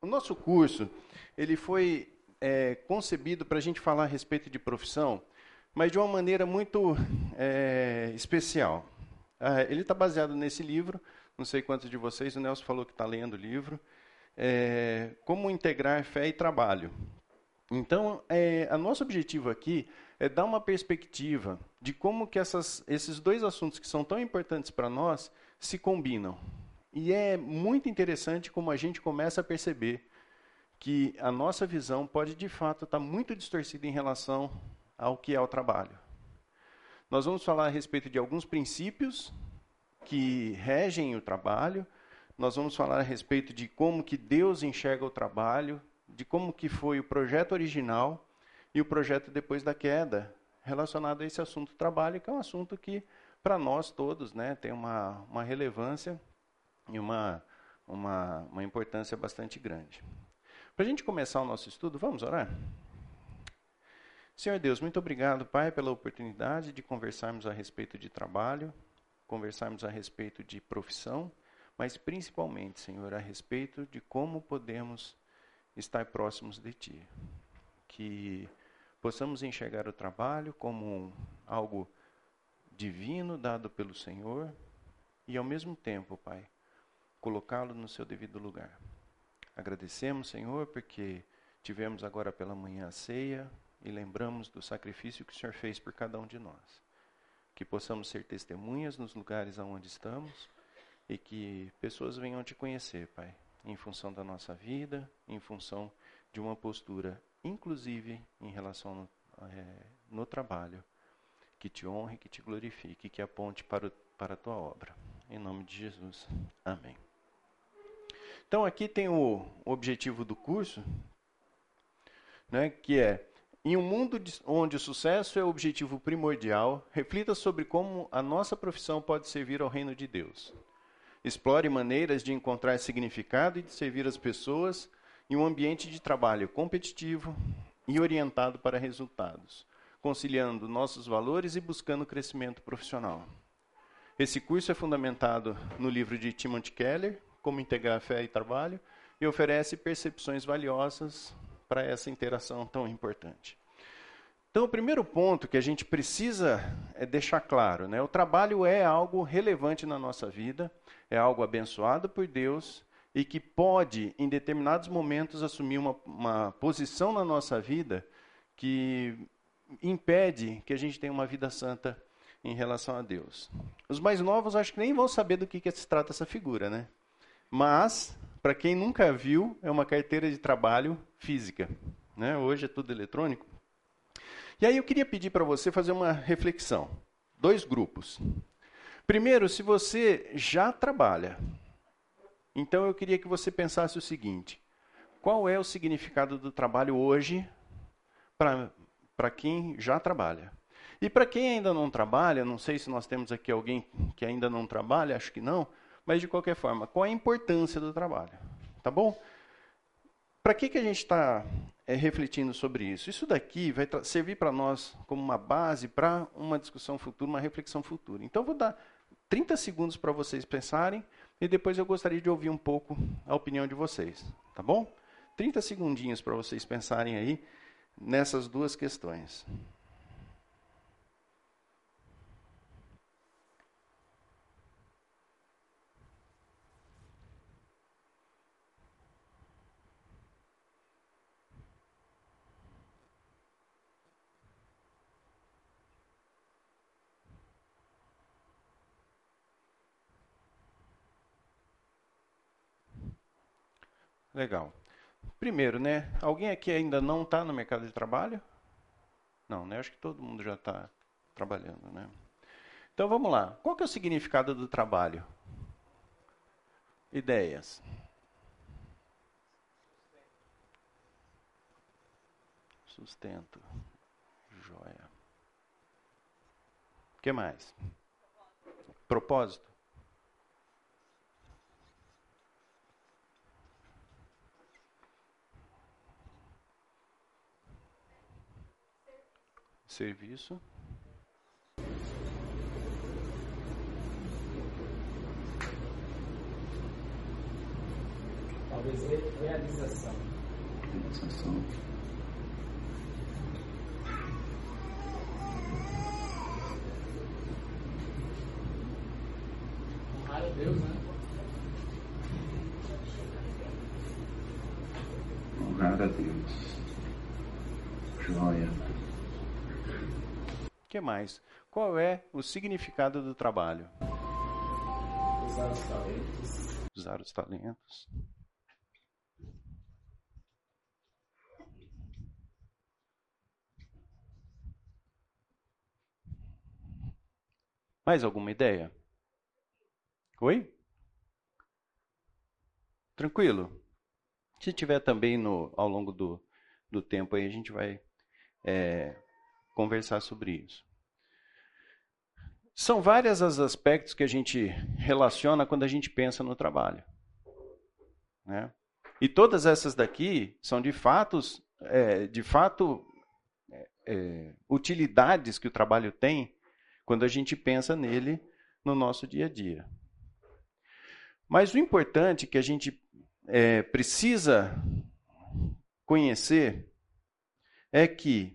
O nosso curso, ele foi concebido para a gente falar a respeito de profissão, mas de uma maneira muito especial. Ele está baseado nesse livro, não sei quantos de vocês, o Nelson falou que está lendo o livro, Como Integrar Fé e Trabalho. Então, o nosso objetivo aqui é dar uma perspectiva de como que esses dois assuntos que são tão importantes para nós se combinam. E é muito interessante como a gente começa a perceber que a nossa visão pode, de fato, estar muito distorcida em relação ao que é o trabalho. Nós vamos falar a respeito de alguns princípios que regem o trabalho, nós vamos falar a respeito de como que Deus enxerga o trabalho, de como que foi o projeto original e o projeto depois da queda, relacionado a esse assunto do trabalho, que é um assunto que, para nós todos, né, tem uma relevância e uma importância bastante grande. Para a gente começar o nosso estudo, vamos orar? Senhor Deus, muito obrigado, Pai, pela oportunidade de conversarmos a respeito de trabalho, conversarmos a respeito de profissão, mas principalmente, Senhor, a respeito de como podemos estar próximos de Ti. Que possamos enxergar o trabalho como algo divino dado pelo Senhor e, ao mesmo tempo, Pai, colocá-lo no seu devido lugar. Agradecemos, Senhor, porque tivemos agora pela manhã a ceia e lembramos do sacrifício que o Senhor fez por cada um de nós. Que possamos ser testemunhas nos lugares onde estamos e que pessoas venham te conhecer, Pai, em função da nossa vida, em função de uma postura, inclusive em relação no trabalho, que te honre, que te glorifique, que aponte para a tua obra. Em nome de Jesus. Amém. Então, aqui tem o objetivo do curso, né, que é: em um mundo onde o sucesso é o objetivo primordial, reflita sobre como a nossa profissão pode servir ao reino de Deus. Explore maneiras de encontrar significado e de servir as pessoas em um ambiente de trabalho competitivo e orientado para resultados, conciliando nossos valores e buscando crescimento profissional. Esse curso é fundamentado no livro de Timothy Keller, Como Integrar Fé e Trabalho, e oferece percepções valiosas para essa interação tão importante. Então, o primeiro ponto que a gente precisa deixar claro, né? O trabalho é algo relevante na nossa vida, é algo abençoado por Deus e que pode, em determinados momentos, assumir uma posição na nossa vida que impede que a gente tenha uma vida santa em relação a Deus. Os mais novos acho que nem vão saber do que se trata essa figura, né? Mas, para quem nunca viu, é uma carteira de trabalho física, né? Hoje é tudo eletrônico. E aí eu queria pedir para você fazer uma reflexão. 2 grupos. Primeiro, se você já trabalha, então eu queria que você pensasse o seguinte: qual é o significado do trabalho hoje para quem já trabalha? E para quem ainda não trabalha, não sei se nós temos aqui alguém que ainda não trabalha, acho que não, mas de qualquer forma, qual é a importância do trabalho? Tá bom? Para que a gente está refletindo sobre isso? Isso daqui vai servir para nós como uma base para uma discussão futura, uma reflexão futura. Então, eu vou dar 30 segundos para vocês pensarem e depois eu gostaria de ouvir um pouco a opinião de vocês. Tá bom? 30 segundinhos para vocês pensarem aí nessas 2 questões. Legal. Primeiro, né? Alguém aqui ainda não está no mercado de trabalho? Não, né? Acho que todo mundo já está trabalhando, né? Então vamos lá. Qual que é o significado do trabalho? Ideias. Sustento. Joia. O que mais? Propósito. Serviço. Talvez realização. Realização. Honrar a Deus, né? Honrar a Deus. Joia. O que mais? Qual é o significado do trabalho? Usar os talentos. Usar os talentos. Mais alguma ideia? Oi? Tranquilo? Se tiver também ao longo do tempo aí, a gente vai conversar sobre isso. São vários os aspectos que a gente relaciona quando a gente pensa no trabalho, né? E todas essas daqui são de fato utilidades que o trabalho tem quando a gente pensa nele no nosso dia a dia. Mas o importante que a gente precisa conhecer é que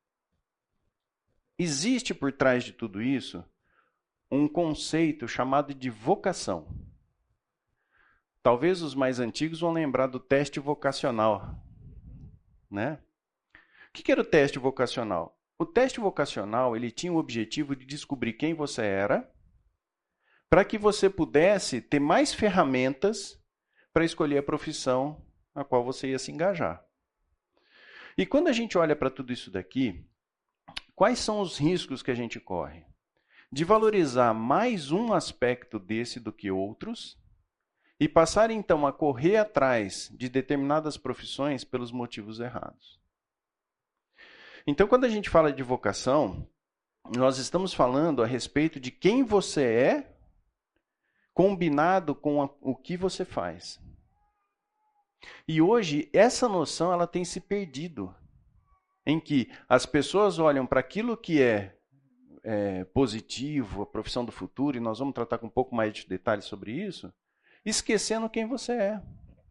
existe por trás de tudo isso um conceito chamado de vocação. Talvez os mais antigos vão lembrar do teste vocacional, né? O que era o teste vocacional? O teste vocacional, ele tinha o objetivo de descobrir quem você era, para que você pudesse ter mais ferramentas para escolher a profissão na qual você ia se engajar. E quando a gente olha para tudo isso daqui, quais são os riscos que a gente corre? De valorizar mais um aspecto desse do que outros e passar então a correr atrás de determinadas profissões pelos motivos errados. Então, quando a gente fala de vocação, nós estamos falando a respeito de quem você é combinado com o que você faz. E hoje, essa noção ela tem se perdido, em que as pessoas olham para aquilo que é positivo, a profissão do futuro, e nós vamos tratar com um pouco mais de detalhes sobre isso, esquecendo quem você é.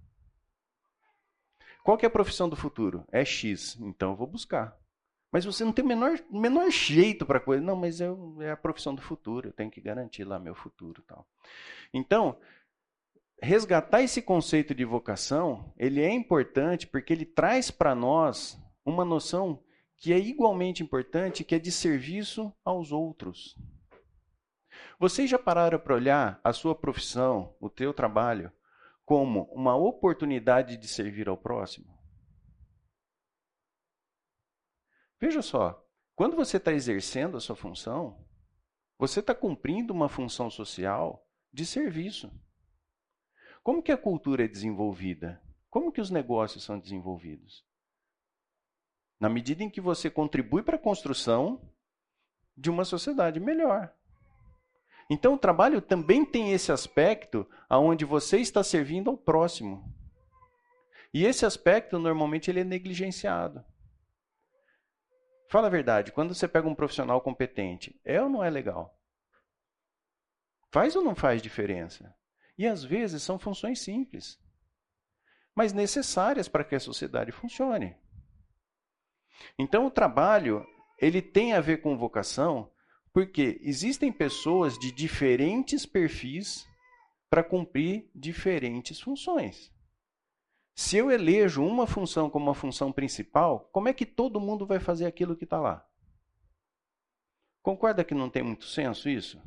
Qual que é a profissão do futuro? É X, então eu vou buscar. Mas você não tem o menor jeito para coisa. Não, mas é a profissão do futuro, eu tenho que garantir lá meu futuro. Tal. Então, resgatar esse conceito de vocação, ele é importante porque ele traz para nós uma noção que é igualmente importante, que é de serviço aos outros. Vocês já pararam para olhar a sua profissão, o teu trabalho, como uma oportunidade de servir ao próximo? Veja só, quando você está exercendo a sua função, você está cumprindo uma função social de serviço. Como que a cultura é desenvolvida? Como que os negócios são desenvolvidos? Na medida em que você contribui para a construção de uma sociedade melhor. Então, o trabalho também tem esse aspecto onde você está servindo ao próximo. E esse aspecto, normalmente, ele é negligenciado. Fala a verdade, quando você pega um profissional competente, é ou não é legal? Faz ou não faz diferença? E, às vezes, são funções simples, mas necessárias para que a sociedade funcione. Então, o trabalho, ele tem a ver com vocação, porque existem pessoas de diferentes perfis para cumprir diferentes funções. Se eu elejo uma função como uma função principal, como é que todo mundo vai fazer aquilo que está lá? Concorda que não tem muito senso isso?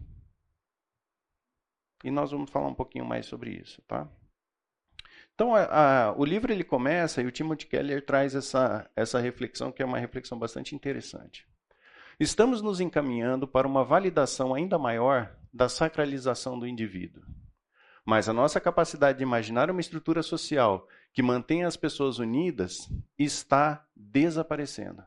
E nós vamos falar um pouquinho mais sobre isso, tá? Então, o livro ele começa e o Timothy Keller traz essa reflexão, que é uma reflexão bastante interessante. Estamos nos encaminhando para uma validação ainda maior da sacralização do indivíduo. Mas a nossa capacidade de imaginar uma estrutura social que mantenha as pessoas unidas está desaparecendo.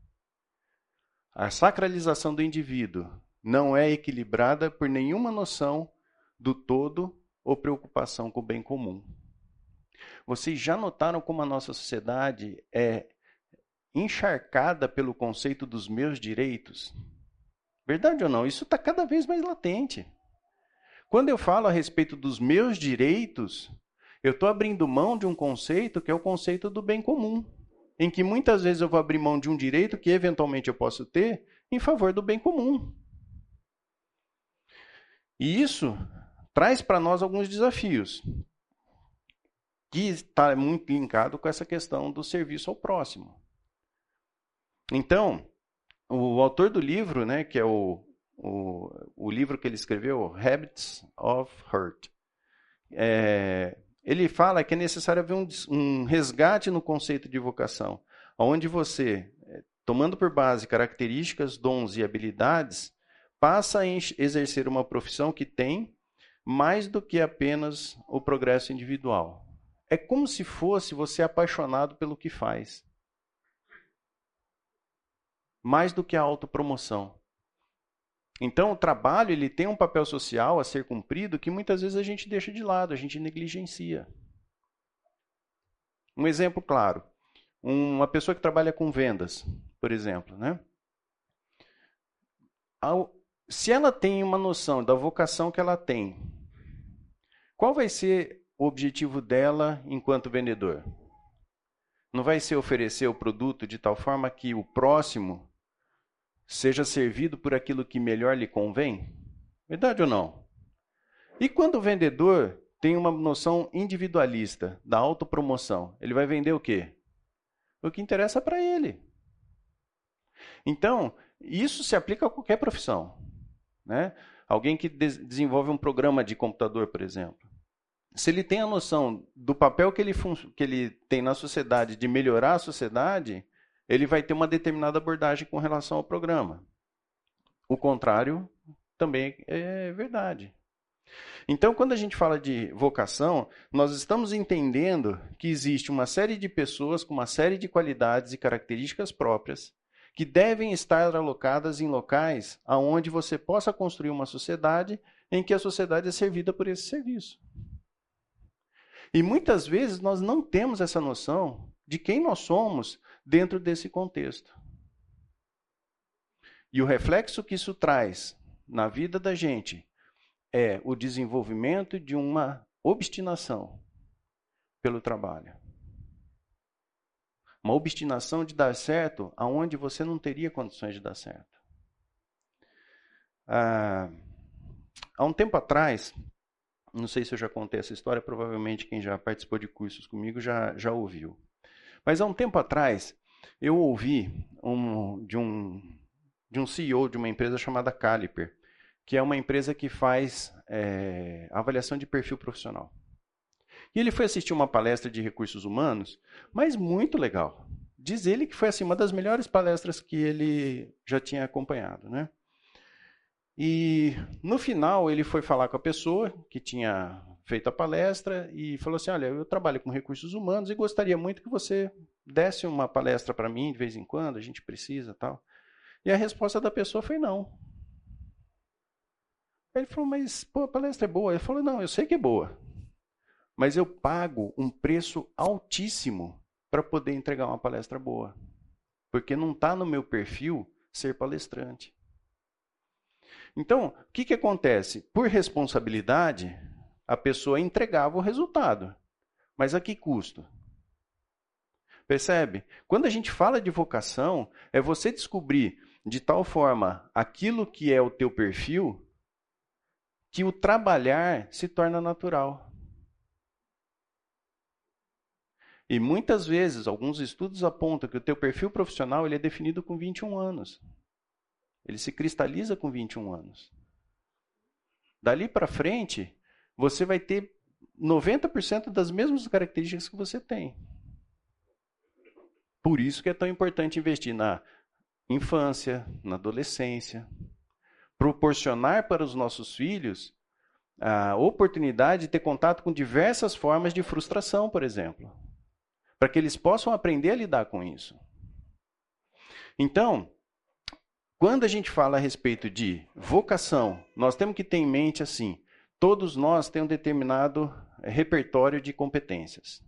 A sacralização do indivíduo não é equilibrada por nenhuma noção do todo ou preocupação com o bem comum. Vocês já notaram como a nossa sociedade é encharcada pelo conceito dos meus direitos? Verdade ou não? Isso está cada vez mais latente. Quando eu falo a respeito dos meus direitos, Eu estou abrindo mão de um conceito que é o conceito do bem comum, em que muitas vezes eu vou abrir mão de um direito que eventualmente eu posso ter em favor do bem comum. E isso traz para nós alguns desafios, que está muito linkado com essa questão do serviço ao próximo. Então, o autor do livro, né, que é o livro que ele escreveu, Habits of Hurt, ele fala que é necessário haver um resgate no conceito de vocação, onde você, tomando por base características, dons e habilidades, passa a exercer uma profissão que tem mais do que apenas o progresso individual. É como se fosse você apaixonado pelo que faz. Mais do que a autopromoção. Então, o trabalho ele tem um papel social a ser cumprido que muitas vezes a gente deixa de lado, a gente negligencia. Um exemplo claro. Uma pessoa que trabalha com vendas, por exemplo, né? Se ela tem uma noção da vocação que ela tem, qual vai ser o objetivo dela enquanto vendedor? Não vai ser oferecer o produto de tal forma que o próximo seja servido por aquilo que melhor lhe convém? Verdade ou não? E quando o vendedor tem uma noção individualista da autopromoção, ele vai vender o quê? O que interessa para ele. Então, isso se aplica a qualquer profissão. Né? Alguém que desenvolve um programa de computador, por exemplo. Se ele tem a noção do papel que ele tem na sociedade, de melhorar a sociedade, ele vai ter uma determinada abordagem com relação ao programa. O contrário também é verdade. Então, quando a gente fala de vocação, nós estamos entendendo que existe uma série de pessoas com uma série de qualidades e características próprias que devem estar alocadas em locais onde você possa construir uma sociedade em que a sociedade é servida por esse serviço. E muitas vezes nós não temos essa noção de quem nós somos dentro desse contexto. E o reflexo que isso traz na vida da gente é o desenvolvimento de uma obstinação pelo trabalho. Uma obstinação de dar certo aonde você não teria condições de dar certo. Há um tempo atrás, não sei se eu já contei essa história, provavelmente quem já participou de cursos comigo já ouviu. Mas há um tempo atrás, eu ouvi de um CEO de uma empresa chamada Caliper, que é uma empresa que faz avaliação de perfil profissional. E ele foi assistir uma palestra de recursos humanos, mas muito legal. Diz ele que foi assim, uma das melhores palestras que ele já tinha acompanhado. Né? E no final ele foi falar com a pessoa que tinha feito a palestra e falou assim, olha, eu trabalho com recursos humanos e gostaria muito que você desse uma palestra para mim de vez em quando, a gente precisa tal. E a resposta da pessoa foi não. Ele falou, mas pô, a palestra é boa. Ele falou, não, eu sei que é boa. Mas eu pago um preço altíssimo para poder entregar uma palestra boa. Porque não está no meu perfil ser palestrante. Então, o que acontece? Por responsabilidade, a pessoa entregava o resultado. Mas a que custo? Percebe? Quando a gente fala de vocação, é você descobrir de tal forma aquilo que é o teu perfil, que o trabalhar se torna natural. E muitas vezes, alguns estudos apontam que o teu perfil profissional ele é definido com 21 anos. Ele se cristaliza com 21 anos. Dali para frente, você vai ter 90% das mesmas características que você tem. Por isso que é tão importante investir na infância, na adolescência. Proporcionar para os nossos filhos a oportunidade de ter contato com diversas formas de frustração, por exemplo. Para que eles possam aprender a lidar com isso. Então, quando a gente fala a respeito de vocação, nós temos que ter em mente assim, todos nós temos um determinado repertório de competências.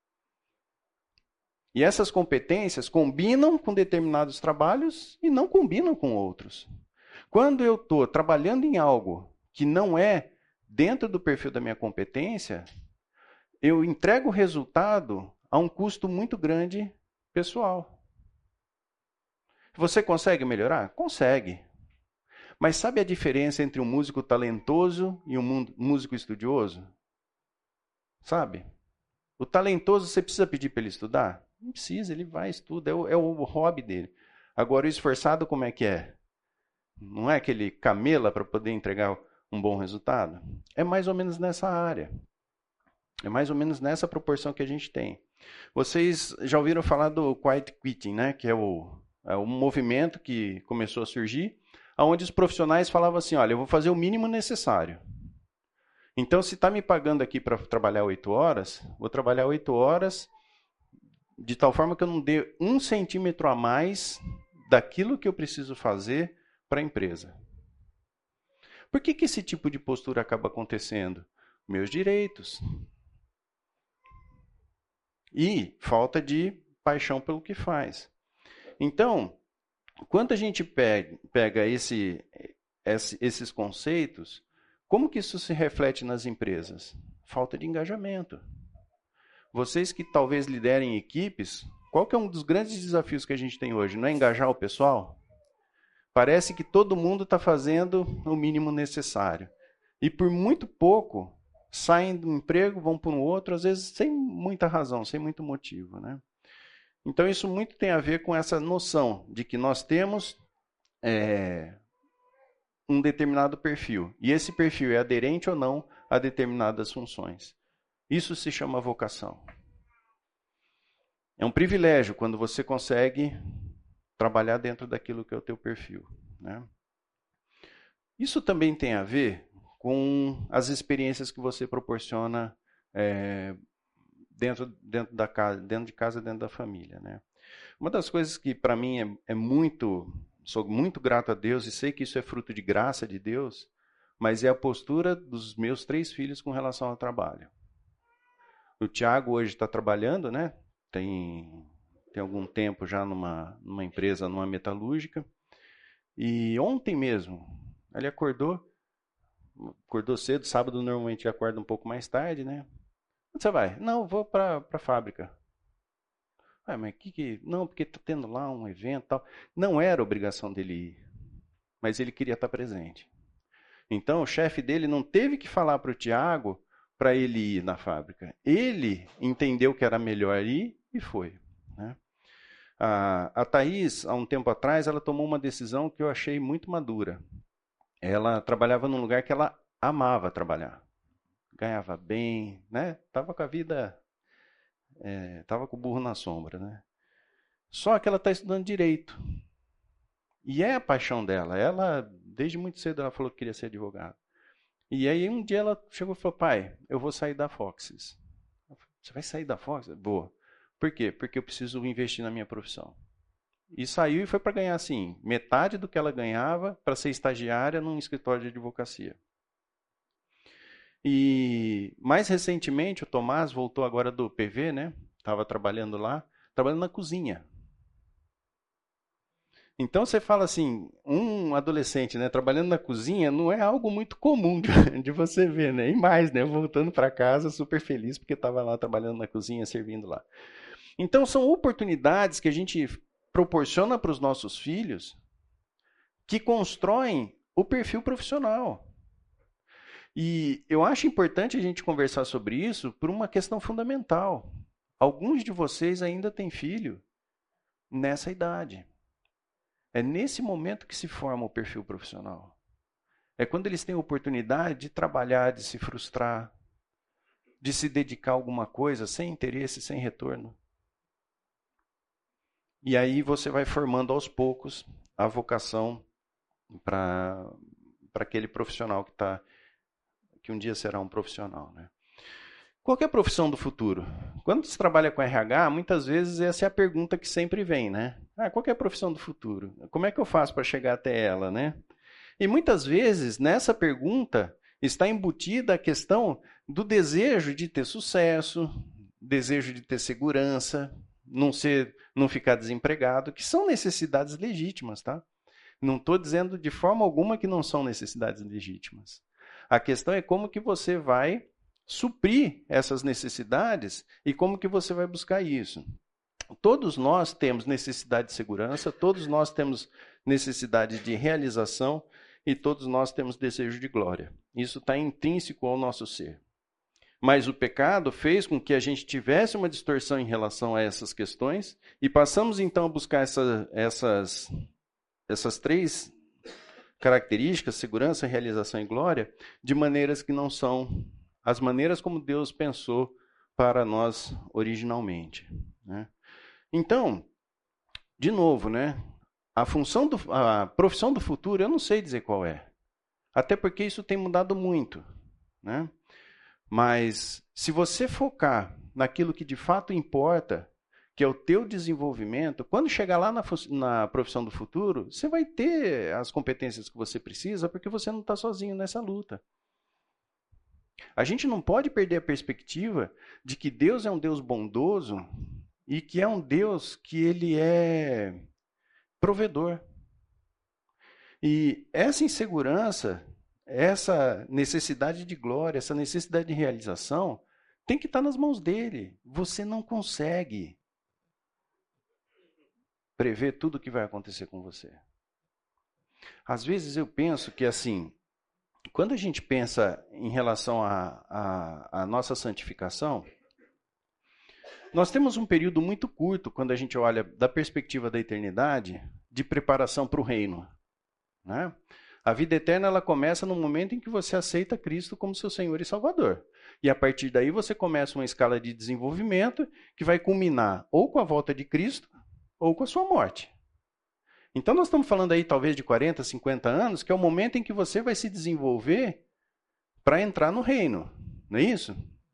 E essas competências combinam com determinados trabalhos e não combinam com outros. Quando eu estou trabalhando em algo que não é dentro do perfil da minha competência, eu entrego o resultado a um custo muito grande pessoal. Você consegue melhorar? Consegue. Mas sabe a diferença entre um músico talentoso e um músico estudioso? Sabe? O talentoso, você precisa pedir para ele estudar? Não precisa, ele vai, estuda, é o hobby dele. Agora, o esforçado, como é que é? Não é aquele camela para poder entregar um bom resultado? É mais ou menos nessa área. É mais ou menos nessa proporção que a gente tem. Vocês já ouviram falar do quiet quitting, né? Que é um movimento que começou a surgir, onde os profissionais falavam assim, olha, eu vou fazer o mínimo necessário. Então, se está me pagando aqui para trabalhar 8 horas, vou trabalhar 8 horas de tal forma que eu não dê 1 centímetro a mais daquilo que eu preciso fazer para a empresa. Por que esse tipo de postura acaba acontecendo? Meus direitos. E falta de paixão pelo que faz. Então, quando a gente pega esses conceitos, como que isso se reflete nas empresas? Falta de engajamento. Vocês que talvez liderem equipes, qual que é um dos grandes desafios que a gente tem hoje? Não é engajar o pessoal? Parece que todo mundo está fazendo o mínimo necessário. E por muito pouco, saem do emprego, vão para um outro, às vezes sem muita razão, sem muito motivo, né? Então isso muito tem a ver com essa noção de que nós temos um determinado perfil. E esse perfil é aderente ou não a determinadas funções. Isso se chama vocação. É um privilégio quando você consegue trabalhar dentro daquilo que é o teu perfil, né? Isso também tem a ver com as experiências que você proporciona dentro de casa, dentro da família, né? Uma das coisas que para mim sou muito grato a Deus e sei que isso é fruto de graça de Deus, mas é a postura dos meus 3 filhos com relação ao trabalho. O Tiago hoje está trabalhando, né? Tem algum tempo já numa empresa, numa metalúrgica. E ontem mesmo, ele acordou cedo, sábado normalmente acorda um pouco mais tarde, né? Onde você vai? Não, vou para a fábrica. Mas não, porque está tendo lá um evento e tal. Não era obrigação dele ir, mas ele queria estar presente. Então o chefe dele não teve que falar para o Tiago para ele ir na fábrica. Ele entendeu que era melhor ir e foi, né? A Thaís, há um tempo atrás, ela tomou uma decisão que eu achei muito madura. Ela trabalhava num lugar que ela amava trabalhar. Ganhava bem, né? Estava com a vida, estava com o burro na sombra, né? Só que ela está estudando direito. E é a paixão dela. Ela, desde muito cedo, ela falou que queria ser advogada. E aí um dia ela chegou e falou, pai, eu vou sair da Foxes. Você vai sair da Foxes? Boa. Por quê? Porque eu preciso investir na minha profissão. E saiu e foi para ganhar, assim, metade do que ela ganhava para ser estagiária num escritório de advocacia. E mais recentemente o Tomás voltou agora do PV, né? Estava trabalhando lá, trabalhando na cozinha. Então você fala assim, um adolescente, né, trabalhando na cozinha não é algo muito comum de você ver, né? E mais, né, voltando para casa super feliz porque estava lá trabalhando na cozinha, servindo lá. Então são oportunidades que a gente proporciona para os nossos filhos que constroem o perfil profissional. E eu acho importante a gente conversar sobre isso por uma questão fundamental. Alguns de vocês ainda têm filho nessa idade. É nesse momento que se forma o perfil profissional. É quando eles têm a oportunidade de trabalhar, de se frustrar, de se dedicar a alguma coisa sem interesse, sem retorno. E aí você vai formando aos poucos a vocação para aquele profissional que um dia será um profissional, né? Qual que é a profissão do futuro? Quando se trabalha com RH, muitas vezes essa é a pergunta que sempre vem, né? Qual que é a profissão do futuro? Como é que eu faço para chegar até ela, né? E muitas vezes nessa pergunta está embutida a questão do desejo de ter sucesso, desejo de ter segurança, não ficar desempregado, que são necessidades legítimas, tá? Não estou dizendo de forma alguma que não são necessidades legítimas. A questão é como que você vai suprir essas necessidades e como que você vai buscar isso. Todos nós temos necessidade de segurança, todos nós temos necessidade de realização e todos nós temos desejo de glória. Isso está intrínseco ao nosso ser. Mas o pecado fez com que a gente tivesse uma distorção em relação a essas questões e passamos então a buscar essas três características, segurança, realização e glória, de maneiras que não são as maneiras como Deus pensou para nós originalmente, né? Então, de novo, né? A profissão do futuro, eu não sei dizer qual é. Até porque isso tem mudado muito, né? Mas se você focar naquilo que de fato importa, que é o teu desenvolvimento, quando chegar lá na profissão do futuro, você vai ter as competências que você precisa, porque você não está sozinho nessa luta. A gente não pode perder a perspectiva de que Deus é um Deus bondoso e que é um Deus que ele é provedor. E essa insegurança, essa necessidade de glória, essa necessidade de realização, tem que estar nas mãos dele. Você não consegue prever tudo o que vai acontecer com você. Às vezes eu penso que, assim, quando a gente pensa em relação à nossa santificação, nós temos um período muito curto, quando a gente olha da perspectiva da eternidade, de preparação para o reino, né? A vida eterna ela começa no momento em que você aceita Cristo como seu Senhor e Salvador. E a partir daí você começa uma escala de desenvolvimento que vai culminar ou com a volta de Cristo ou com a sua morte. Então nós estamos falando aí talvez de 40, 50 anos, que é o momento em que você vai se desenvolver para entrar no reino. Não é isso?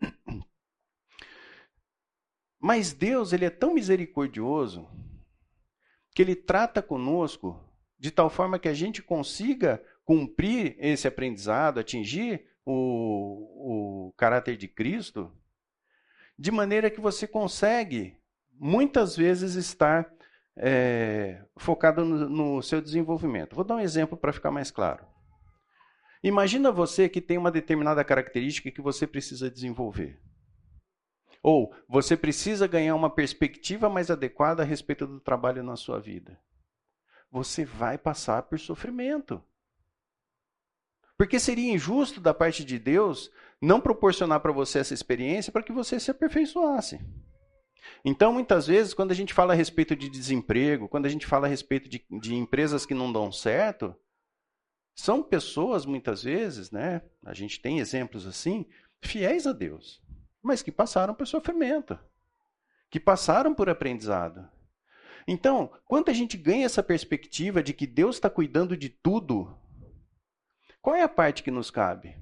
Mas Deus, ele é tão misericordioso que ele trata conosco de tal forma que a gente consiga cumprir esse aprendizado, atingir o caráter de Cristo, de maneira que você consegue, muitas vezes, estar focado no seu desenvolvimento. Vou dar um exemplo para ficar mais claro. Imagina você que tem uma determinada característica que você precisa desenvolver. Ou você precisa ganhar uma perspectiva mais adequada a respeito do trabalho na sua vida. Você vai passar por sofrimento. Porque seria injusto da parte de Deus não proporcionar para você essa experiência para que você se aperfeiçoasse. Então, muitas vezes, quando a gente fala a respeito de desemprego, quando a gente fala a respeito de empresas que não dão certo, são pessoas, muitas vezes, né? A gente tem exemplos assim, fiéis a Deus, mas que passaram por sofrimento, que passaram por aprendizado. Então, quando a gente ganha essa perspectiva de que Deus está cuidando de tudo, qual é a parte que nos cabe?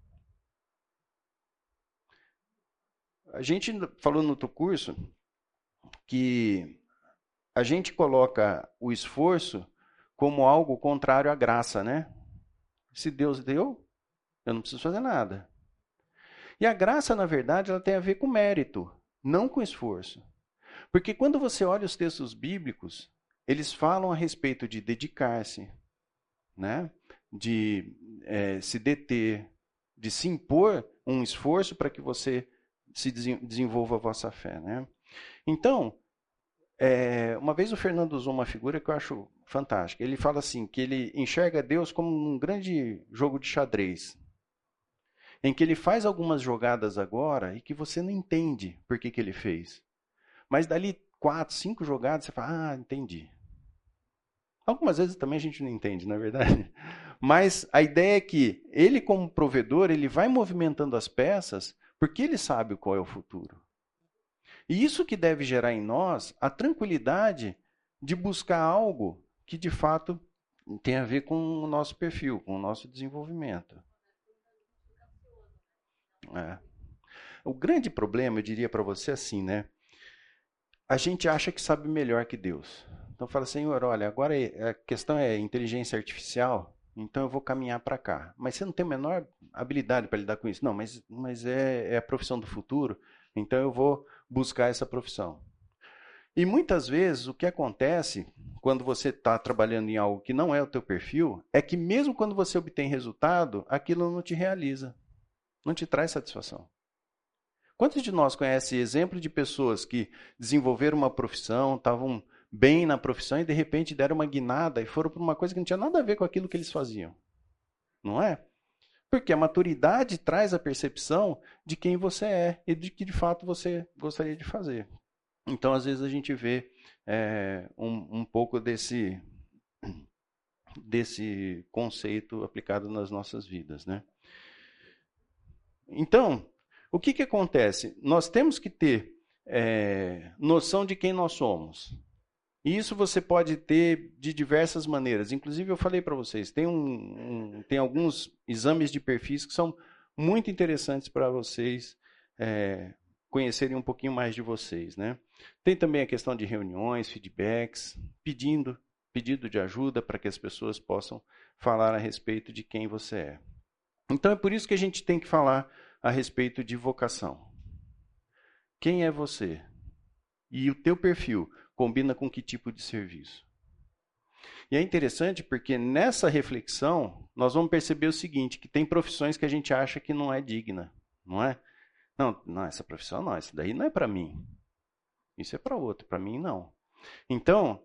A gente falou no outro curso que a gente coloca o esforço como algo contrário à graça, né? Se Deus deu, eu não preciso fazer nada. E a graça, na verdade, ela tem a ver com mérito, não com esforço. Porque quando você olha os textos bíblicos, eles falam a respeito de dedicar-se, né? De se deter, de se impor um esforço para que você se desenvolva a vossa fé, né? Então, uma vez o Fernando usou uma figura que eu acho fantástica. Ele fala assim, que ele enxerga Deus como um grande jogo de xadrez, em que ele faz algumas jogadas agora e que você não entende por que ele fez. Mas dali 4, 5 jogadas você fala, entendi. Algumas vezes também a gente não entende, não é verdade? Mas a ideia é que ele, como provedor, ele vai movimentando as peças porque ele sabe qual é o futuro. E isso que deve gerar em nós a tranquilidade de buscar algo que, de fato, tem a ver com o nosso perfil, com o nosso desenvolvimento. O grande problema, eu diria para você assim, né? A gente acha que sabe melhor que Deus. Então fala, Senhor, olha, agora a questão é inteligência artificial, então eu vou caminhar para cá. Mas você não tem a menor habilidade para lidar com isso. Não, mas é a profissão do futuro, então eu vou buscar essa profissão. E muitas vezes o que acontece quando você está trabalhando em algo que não é o teu perfil, é que mesmo quando você obtém resultado, aquilo não te realiza, não te traz satisfação. Quantos de nós conhecem exemplo de pessoas que desenvolveram uma profissão, estavam bem na profissão e de repente deram uma guinada e foram para uma coisa que não tinha nada a ver com aquilo que eles faziam? Não é? Porque a maturidade traz a percepção de quem você é e de que de fato você gostaria de fazer. Então, às vezes, a gente vê um pouco desse conceito aplicado nas nossas vidas, né? Então, o que acontece? Nós temos que ter noção de quem nós somos. E isso você pode ter de diversas maneiras. Inclusive, eu falei para vocês, tem alguns exames de perfis que são muito interessantes para vocês conhecerem um pouquinho mais de vocês, né? Tem também a questão de reuniões, feedbacks, pedido de ajuda para que as pessoas possam falar a respeito de quem você é. Então, é por isso que a gente tem que falar a respeito de vocação. Quem é você? E o teu perfil combina com que tipo de serviço? E é interessante porque nessa reflexão nós vamos perceber o seguinte, que tem profissões que a gente acha que não é digna, não é? Não, essa profissão não, isso daí não é para mim. Isso é para outro, para mim não. Então,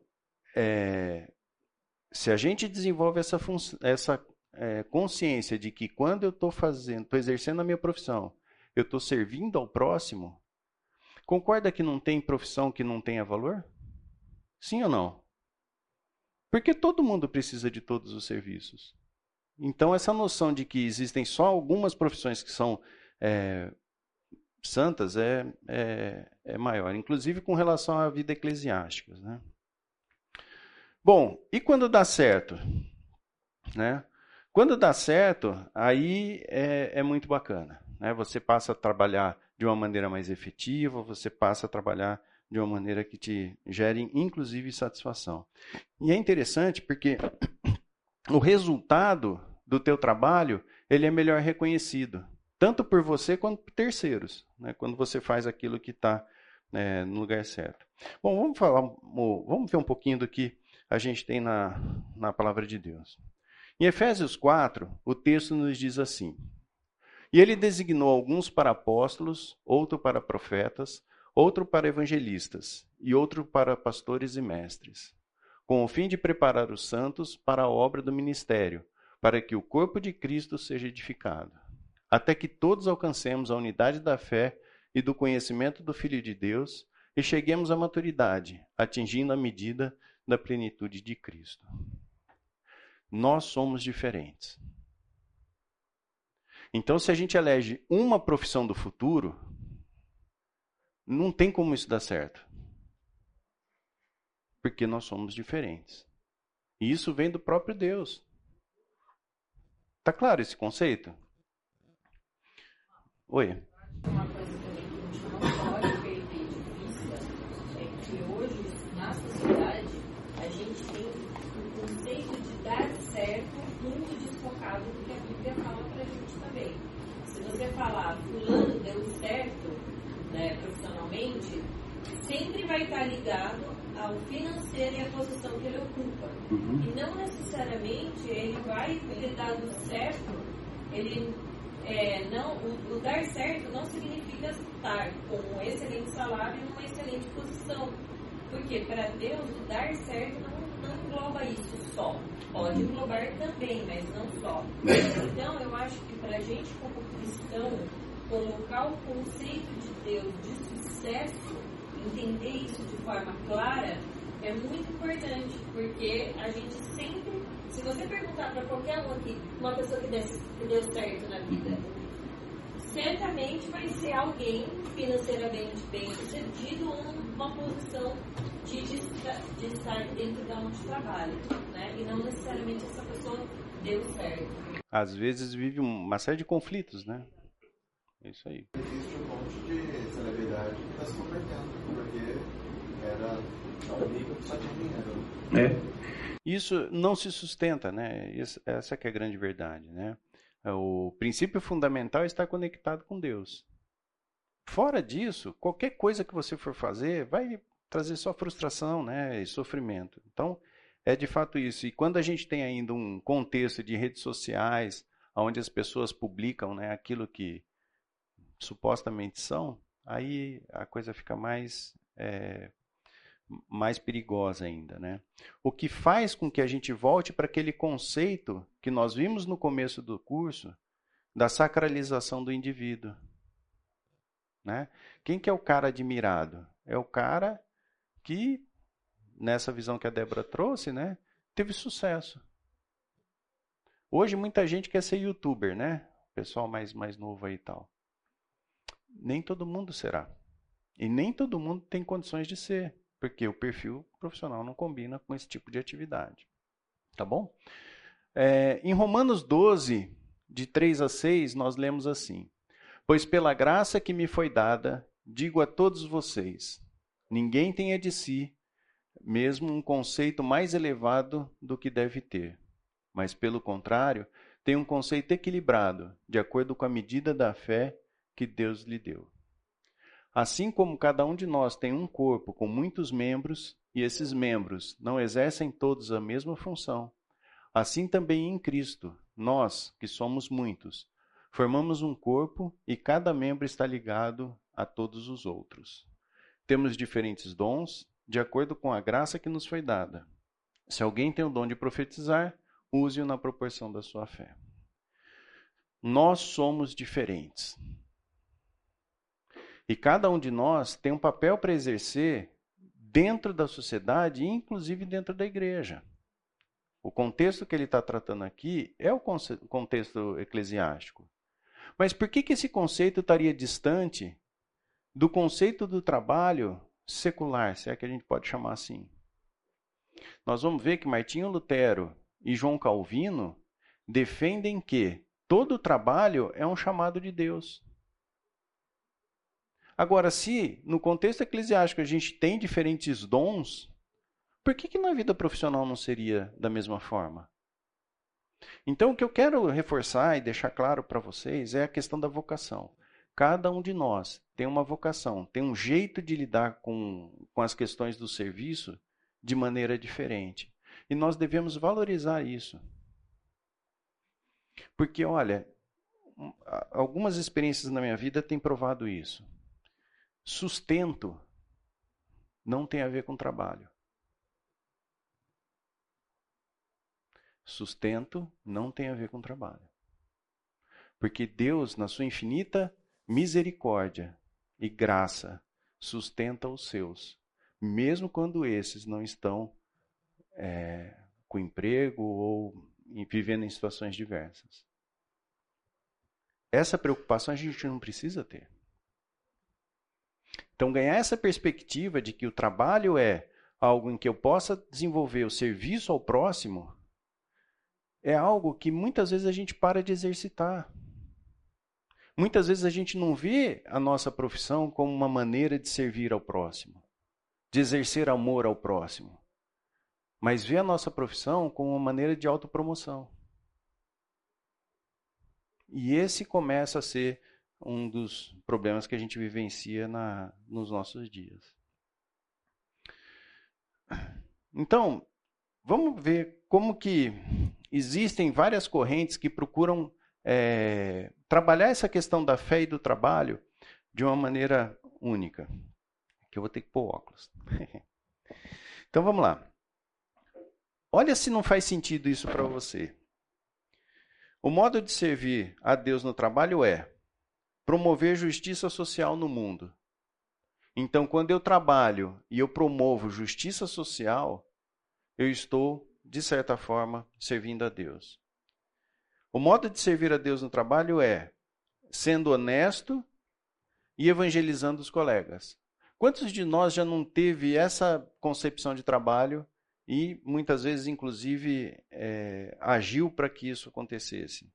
se a gente desenvolve essa consciência de que quando eu estou exercendo a minha profissão, eu estou servindo ao próximo, concorda que não tem profissão que não tenha valor? Sim ou não? Porque todo mundo precisa de todos os serviços. Então, essa noção de que existem só algumas profissões que são santas é maior, inclusive com relação à vida eclesiástica, né? Bom, e quando dá certo? Né? Quando dá certo, aí é muito bacana, né? Você passa a trabalhar de uma maneira mais efetiva, você passa a trabalhar de uma maneira que te gere, inclusive, satisfação. E é interessante porque o resultado do teu trabalho, ele é melhor reconhecido, tanto por você quanto por terceiros, né? Quando você faz aquilo que está no lugar certo. Bom, vamos ver um pouquinho do que a gente tem na palavra de Deus. Em Efésios 4, o texto nos diz assim: E ele designou alguns para apóstolos, outro para profetas, outro para evangelistas, e outro para pastores e mestres, com o fim de preparar os santos para a obra do ministério, para que o corpo de Cristo seja edificado, até que todos alcancemos a unidade da fé e do conhecimento do Filho de Deus e cheguemos à maturidade, atingindo a medida da plenitude de Cristo. Nós somos diferentes. Então, se a gente elege uma profissão do futuro, não tem como isso dar certo. Porque nós somos diferentes. E isso vem do próprio Deus. Está claro esse conceito? Oi. Uma coisa também que a gente não pode perder de vista é que hoje, na sociedade, a gente tem o conceito de dar certo muito desfocado do que a Bíblia fala pra gente também. Se você falar, fulano deu certo, né, profissionalmente, sempre vai estar ligado ao financeiro e à posição que ele ocupa. E não necessariamente ele vai ter dado certo, o dar certo não significa estar com um excelente salário e uma excelente posição. Porque para Deus o dar certo não engloba isso só. Pode englobar também, mas não só. Então eu acho que para a gente como cristão colocar o conceito de Deus de sucesso, entender isso de forma clara, é muito importante, porque a gente sempre, se você perguntar para qualquer um aqui, uma pessoa que deu certo na vida, certamente vai ser alguém financeiramente bem sucedido ou numa posição de estar dentro da onde trabalha, né? E não necessariamente essa pessoa deu certo. Às vezes vive uma série de conflitos, né? É isso aí. Existe um monte de celebridade que está se convertendo, porque era tão rico que só tinha dinheiro. Isso não se sustenta, né? Essa que é a grande verdade, né? O princípio fundamental é estar conectado com Deus. Fora disso, qualquer coisa que você for fazer vai trazer só frustração, né? E sofrimento. Então, é de fato isso. E quando a gente tem ainda um contexto de redes sociais, onde as pessoas publicam, né, aquilo que supostamente são, aí a coisa fica mais perigosa ainda, né? O que faz com que a gente volte para aquele conceito que nós vimos no começo do curso, da sacralização do indivíduo. Né? Quem que é o cara admirado? É o cara que, nessa visão que a Débora trouxe, né, teve sucesso. Hoje muita gente quer ser youtuber, né? Pessoal mais novo aí e tal. Nem todo mundo será. E nem todo mundo tem condições de ser, porque o perfil profissional não combina com esse tipo de atividade. Tá bom? Em Romanos 12, de 3 a 6, nós lemos assim: pois pela graça que me foi dada, digo a todos vocês, ninguém tenha de si mesmo um conceito mais elevado do que deve ter, mas pelo contrário, tem um conceito equilibrado, de acordo com a medida da fé que Deus lhe deu. Assim como cada um de nós tem um corpo com muitos membros, e esses membros não exercem todos a mesma função, assim também em Cristo, nós, que somos muitos, formamos um corpo e cada membro está ligado a todos os outros. Temos diferentes dons, de acordo com a graça que nos foi dada. Se alguém tem o dom de profetizar, use-o na proporção da sua fé. Nós somos diferentes. E cada um de nós tem um papel para exercer dentro da sociedade, inclusive dentro da igreja. O contexto que ele está tratando aqui é o contexto eclesiástico. Mas por que esse conceito estaria distante do conceito do trabalho secular, se é que a gente pode chamar assim? Nós vamos ver que Martinho Lutero e João Calvino defendem que todo trabalho é um chamado de Deus. Agora, se no contexto eclesiástico a gente tem diferentes dons, por que na vida profissional não seria da mesma forma? Então, o que eu quero reforçar e deixar claro para vocês é a questão da vocação. Cada um de nós tem uma vocação, tem um jeito de lidar com as questões do serviço de maneira diferente. E nós devemos valorizar isso. Porque, olha, algumas experiências na minha vida têm provado isso. Sustento não tem a ver com trabalho. Sustento não tem a ver com trabalho. Porque Deus, na sua infinita misericórdia e graça, sustenta os seus, mesmo quando esses não estão com emprego ou vivendo em situações diversas. Essa preocupação a gente não precisa ter. Então, ganhar essa perspectiva de que o trabalho é algo em que eu possa desenvolver o serviço ao próximo é algo que muitas vezes a gente para de exercitar. Muitas vezes a gente não vê a nossa profissão como uma maneira de servir ao próximo, de exercer amor ao próximo, mas vê a nossa profissão como uma maneira de autopromoção. E esse começa a ser um dos problemas que a gente vivencia nos nossos dias. Então, vamos ver como que existem várias correntes que procuram trabalhar essa questão da fé e do trabalho de uma maneira única. Aqui eu vou ter que pôr óculos. Então vamos lá. Olha se não faz sentido isso para você. O modo de servir a Deus no trabalho é promover justiça social no mundo. Então, quando eu trabalho e eu promovo justiça social, eu estou, de certa forma, servindo a Deus. O modo de servir a Deus no trabalho é sendo honesto e evangelizando os colegas. Quantos de nós já não teve essa concepção de trabalho e muitas vezes, inclusive, agiu para que isso acontecesse?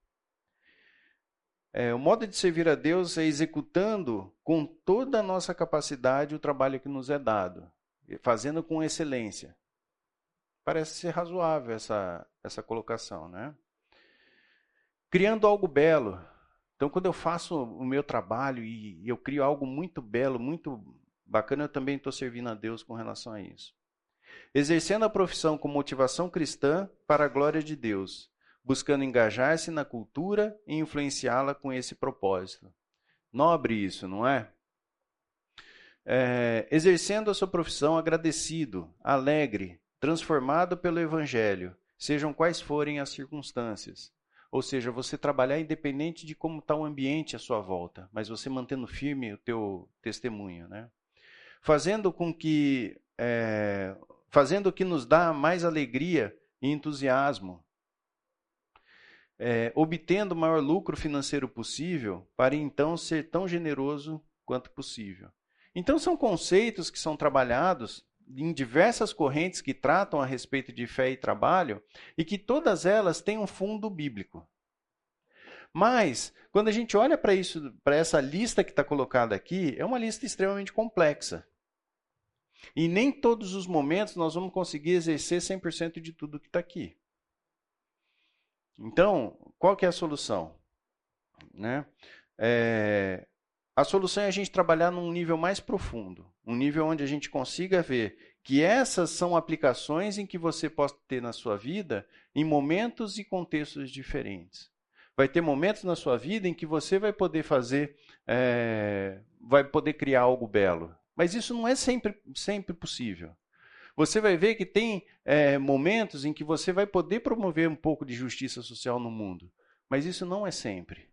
O modo de servir a Deus é executando com toda a nossa capacidade o trabalho que nos é dado, fazendo com excelência. Parece ser razoável essa colocação, né? Criando algo belo. Então, quando eu faço o meu trabalho e eu crio algo muito belo, muito bacana, eu também estou servindo a Deus com relação a isso. Exercendo a profissão com motivação cristã para a glória de Deus, buscando engajar-se na cultura e influenciá-la com esse propósito. Nobre isso, não é? exercendo a sua profissão agradecido, alegre, transformado pelo Evangelho, sejam quais forem as circunstâncias. Ou seja, você trabalhar independente de como está o ambiente à sua volta, mas você mantendo firme o teu testemunho, né? Fazendo o que nos dá mais alegria e entusiasmo, obtendo o maior lucro financeiro possível, para então ser tão generoso quanto possível. Então são conceitos que são trabalhados em diversas correntes que tratam a respeito de fé e trabalho, e que todas elas têm um fundo bíblico. Mas, quando a gente olha para isso, para essa lista que está colocada aqui, é uma lista extremamente complexa. E nem todos os momentos nós vamos conseguir exercer 100% de tudo que está aqui. Então, qual que é a solução? Né? A solução é a gente trabalhar num nível mais profundo, um nível onde a gente consiga ver que essas são aplicações em que você pode ter na sua vida em momentos e contextos diferentes. Vai ter momentos na sua vida em que você vai poder vai poder criar algo belo. Mas isso não é sempre possível. Você vai ver que tem momentos em que você vai poder promover um pouco de justiça social no mundo. Mas isso não é sempre.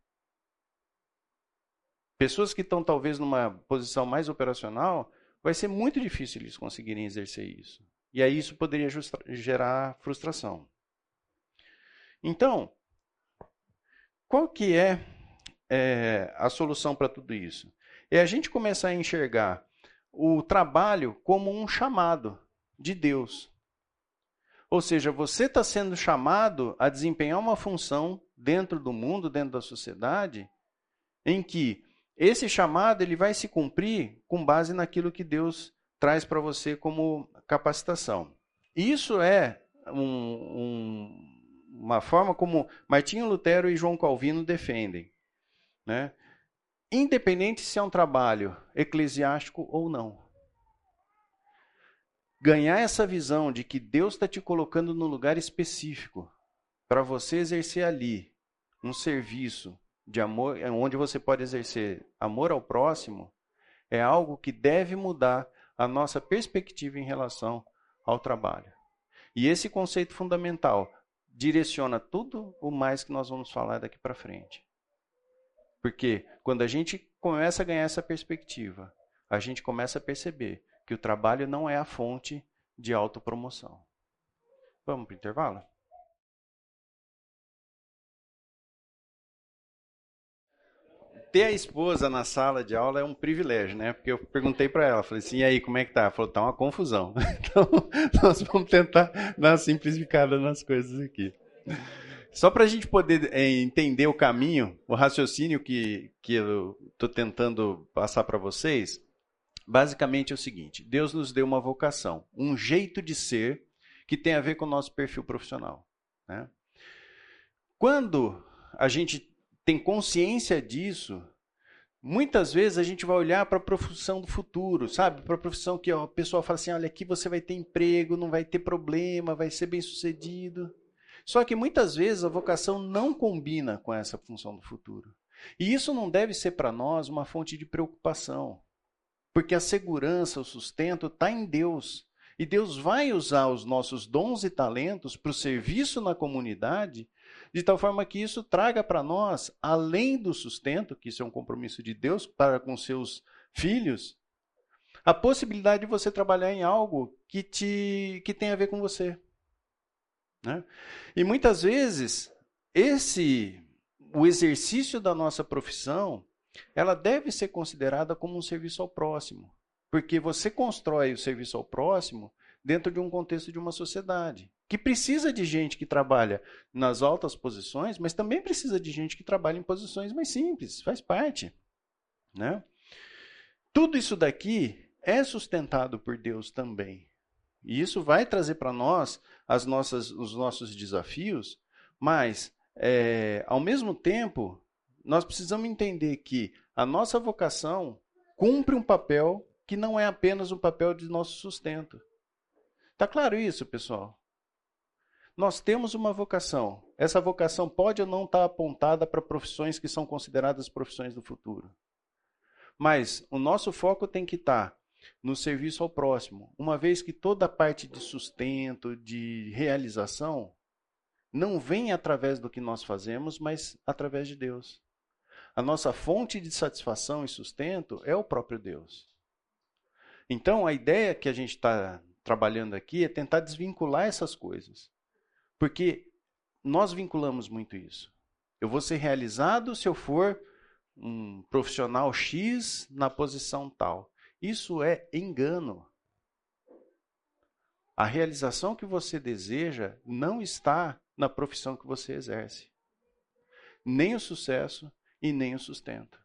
Pessoas que estão talvez numa posição mais operacional, vai ser muito difícil eles conseguirem exercer isso. E aí isso poderia gerar frustração. Então, qual que é a solução para tudo isso? É a gente começar a enxergar o trabalho como um chamado de Deus. Ou seja, você está sendo chamado a desempenhar uma função dentro do mundo, dentro da sociedade, em que esse chamado ele vai se cumprir com base naquilo que Deus traz para você como capacitação. Isso é uma forma como Martinho Lutero e João Calvino defendem, né? Independente se é um trabalho eclesiástico ou não. Ganhar essa visão de que Deus está te colocando no lugar específico para você exercer ali um serviço de amor, onde você pode exercer amor ao próximo, é algo que deve mudar a nossa perspectiva em relação ao trabalho. E esse conceito fundamental direciona tudo o mais que nós vamos falar daqui para frente. Porque quando a gente começa a ganhar essa perspectiva, a gente começa a perceber que o trabalho não é a fonte de autopromoção. Vamos para o intervalo? Ter a esposa na sala de aula é um privilégio, né? Porque eu perguntei para ela, falei assim, e aí, como é que tá? Ela falou, tá uma confusão. Então, nós vamos tentar dar uma simplificada nas coisas aqui. Só para a gente poder entender o caminho, o raciocínio que eu estou tentando passar para vocês, basicamente é o seguinte: Deus nos deu uma vocação, um jeito de ser que tem a ver com o nosso perfil profissional, né? Quando a gente tem consciência disso, muitas vezes a gente vai olhar para a profissão do futuro, sabe? Para a profissão que o pessoal fala assim, olha, aqui você vai ter emprego, não vai ter problema, vai ser bem sucedido. Só que muitas vezes a vocação não combina com essa função do futuro. E isso não deve ser para nós uma fonte de preocupação. Porque a segurança, o sustento está em Deus. E Deus vai usar os nossos dons e talentos para o serviço na comunidade, de tal forma que isso traga para nós, além do sustento, que isso é um compromisso de Deus para com seus filhos, a possibilidade de você trabalhar em algo que tem a ver com você. Né? E muitas vezes, o exercício da nossa profissão, ela deve ser considerada como um serviço ao próximo. Porque você constrói o serviço ao próximo dentro de um contexto de uma sociedade, que precisa de gente que trabalha nas altas posições, mas também precisa de gente que trabalha em posições mais simples, faz parte. Né? Tudo isso daqui é sustentado por Deus também. E isso vai trazer para nós os nossos desafios, mas, ao mesmo tempo, nós precisamos entender que a nossa vocação cumpre um papel que não é apenas um papel de nosso sustento. Está claro isso, pessoal? Nós temos uma vocação. Essa vocação pode ou não estar apontada para profissões que são consideradas profissões do futuro. Mas o nosso foco tem que estar no serviço ao próximo, uma vez que toda a parte de sustento, de realização, não vem através do que nós fazemos, mas através de Deus. A nossa fonte de satisfação e sustento é o próprio Deus. Então, a ideia que a gente está trabalhando aqui é tentar desvincular essas coisas. Porque nós vinculamos muito isso. Eu vou ser realizado se eu for um profissional X na posição tal. Isso é engano. A realização que você deseja não está na profissão que você exerce. Nem o sucesso e nem o sustento.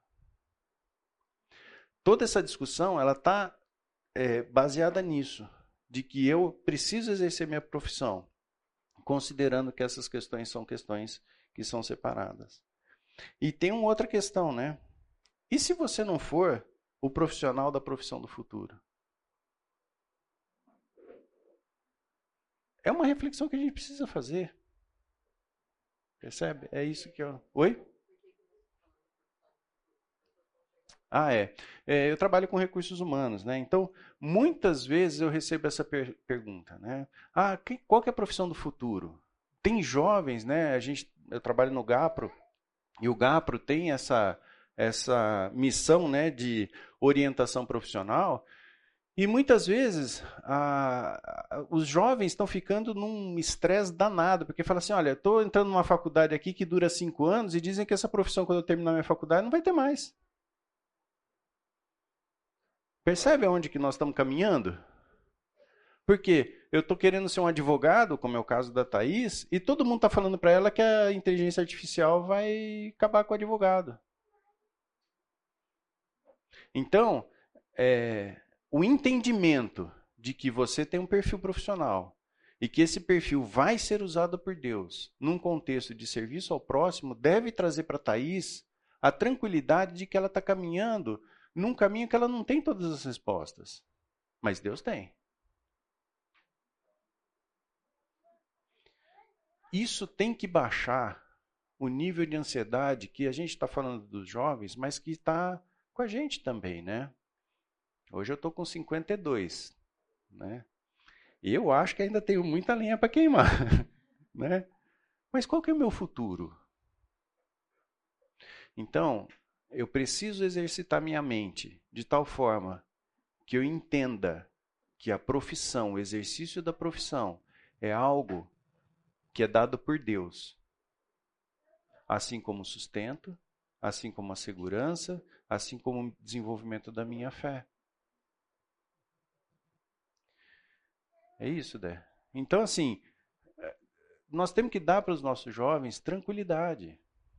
Toda essa discussão ela está baseada nisso, de que eu preciso exercer minha profissão, considerando que essas questões são questões que são separadas. E tem uma outra questão, né? E se você não for o profissional da profissão do futuro? É uma reflexão que a gente precisa fazer. Percebe? É isso que eu... Oi? Eu trabalho com recursos humanos, né? Então, muitas vezes eu recebo essa pergunta, né? Qual que é a profissão do futuro? Tem jovens, né? Eu trabalho no GAPRO, e o GAPRO tem essa missão, né, de orientação profissional, e muitas vezes os jovens estão ficando num estresse danado, porque falam assim, olha, estou entrando numa faculdade aqui que dura 5 anos, e dizem que essa profissão, quando eu terminar minha faculdade, não vai ter mais. Percebe aonde que nós estamos caminhando? Porque eu estou querendo ser um advogado, como é o caso da Thaís, e todo mundo está falando para ela que a inteligência artificial vai acabar com o advogado. Então, o entendimento de que você tem um perfil profissional e que esse perfil vai ser usado por Deus num contexto de serviço ao próximo deve trazer para a Thaís a tranquilidade de que ela está caminhando num caminho que ela não tem todas as respostas, mas Deus tem. Isso tem que baixar o nível de ansiedade que a gente está falando dos jovens, mas que está com a gente também, né? Hoje eu estou com 52, né? E eu acho que ainda tenho muita lenha para queimar, né? Mas qual que é o meu futuro? Então, eu preciso exercitar minha mente de tal forma que eu entenda que a profissão, o exercício da profissão é algo que é dado por Deus. Assim como o sustento, assim como a segurança, assim como o desenvolvimento da minha fé. É isso, Dé. Então, assim, nós temos que dar para os nossos jovens tranquilidade.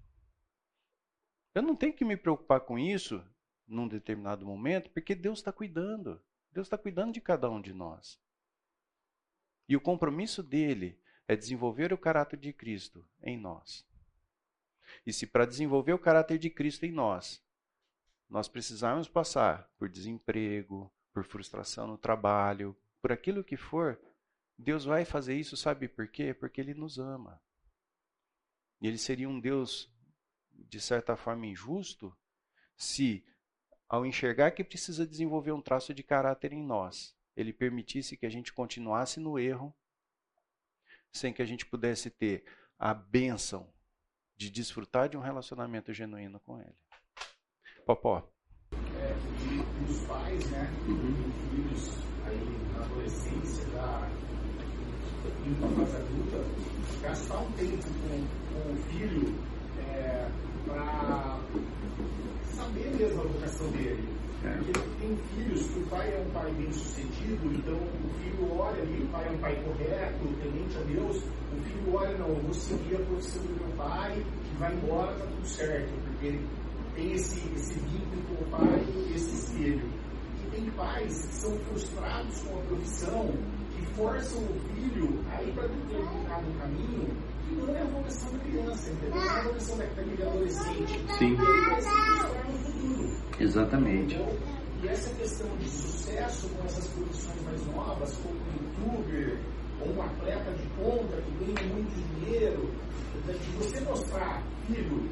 Eu não tenho que me preocupar com isso num determinado momento, porque Deus está cuidando. Deus está cuidando de cada um de nós. E o compromisso dele é desenvolver o caráter de Cristo em nós. E se para desenvolver o caráter de Cristo em nós precisarmos passar por desemprego, por frustração no trabalho, por aquilo que for, Deus vai fazer isso, sabe por quê? Porque Ele nos ama. E Ele seria um Deus, de certa forma, injusto, se, ao enxergar que precisa desenvolver um traço de caráter em nós, Ele permitisse que a gente continuasse no erro, sem que a gente pudesse ter a bênção de desfrutar de um relacionamento genuíno com Ele. Popó. Os pais, né, os filhos aí na adolescência, indo para a fase adulta, gastar um tempo com o filho para saber mesmo a vocação dele. Porque tem filhos que o pai é um pai bem sucedido, então o filho olha ali, o pai é um pai correto, temente a Deus, o filho olha, não, eu vou seguir a profissão do meu pai, que vai embora, tá tudo certo, porque ele tem esse vínculo com o pai, esse espelho. E tem pais que são frustrados com a profissão, que forçam o filho a ir para determinado caminho, que não é a vocação da criança, entendeu? Não é a vocação daquele adolescente. Sim. E ele vai se frustrar no futuro. Exatamente. E essa questão de sucesso com essas profissões mais novas, como um youtuber, ou um atleta de ponta que ganha muito dinheiro, de você mostrar, filho,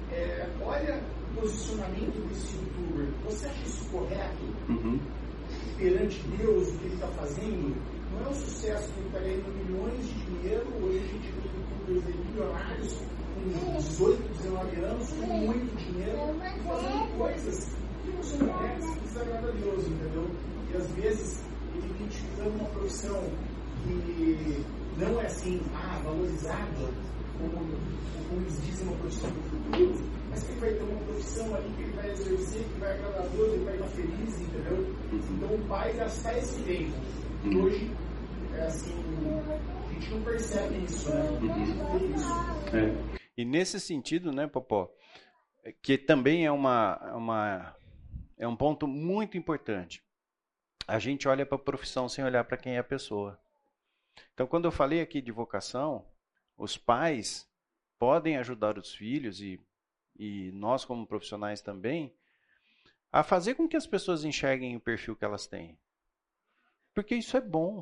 olha o posicionamento desse youtuber, você acha isso correto? perante Deus, o que ele está fazendo, não é um sucesso que ele está ganhando milhões de dinheiro. Hoje a gente vê youtubers milionários com 18, 19 anos, com muito dinheiro, fazendo coisas que não são corretas, que desagradam a Deus, entendeu? E às vezes ele identificando uma profissão que não é assim, valorizada, como eles dizem, uma profissão do futuro, mas que ele vai ter uma profissão ali que ele vai exercer, que vai agradar a Deus, ele vai estar feliz, entendeu? Então o pai gastar esse tempo, e hoje, é assim, a gente não percebe isso, né? E nesse sentido, né, Popó, que também é um ponto muito importante. A gente olha para a profissão sem olhar para quem é a pessoa. Então, quando eu falei aqui de vocação, os pais podem ajudar os filhos e nós como profissionais também a fazer com que as pessoas enxerguem o perfil que elas têm. Porque isso é bom.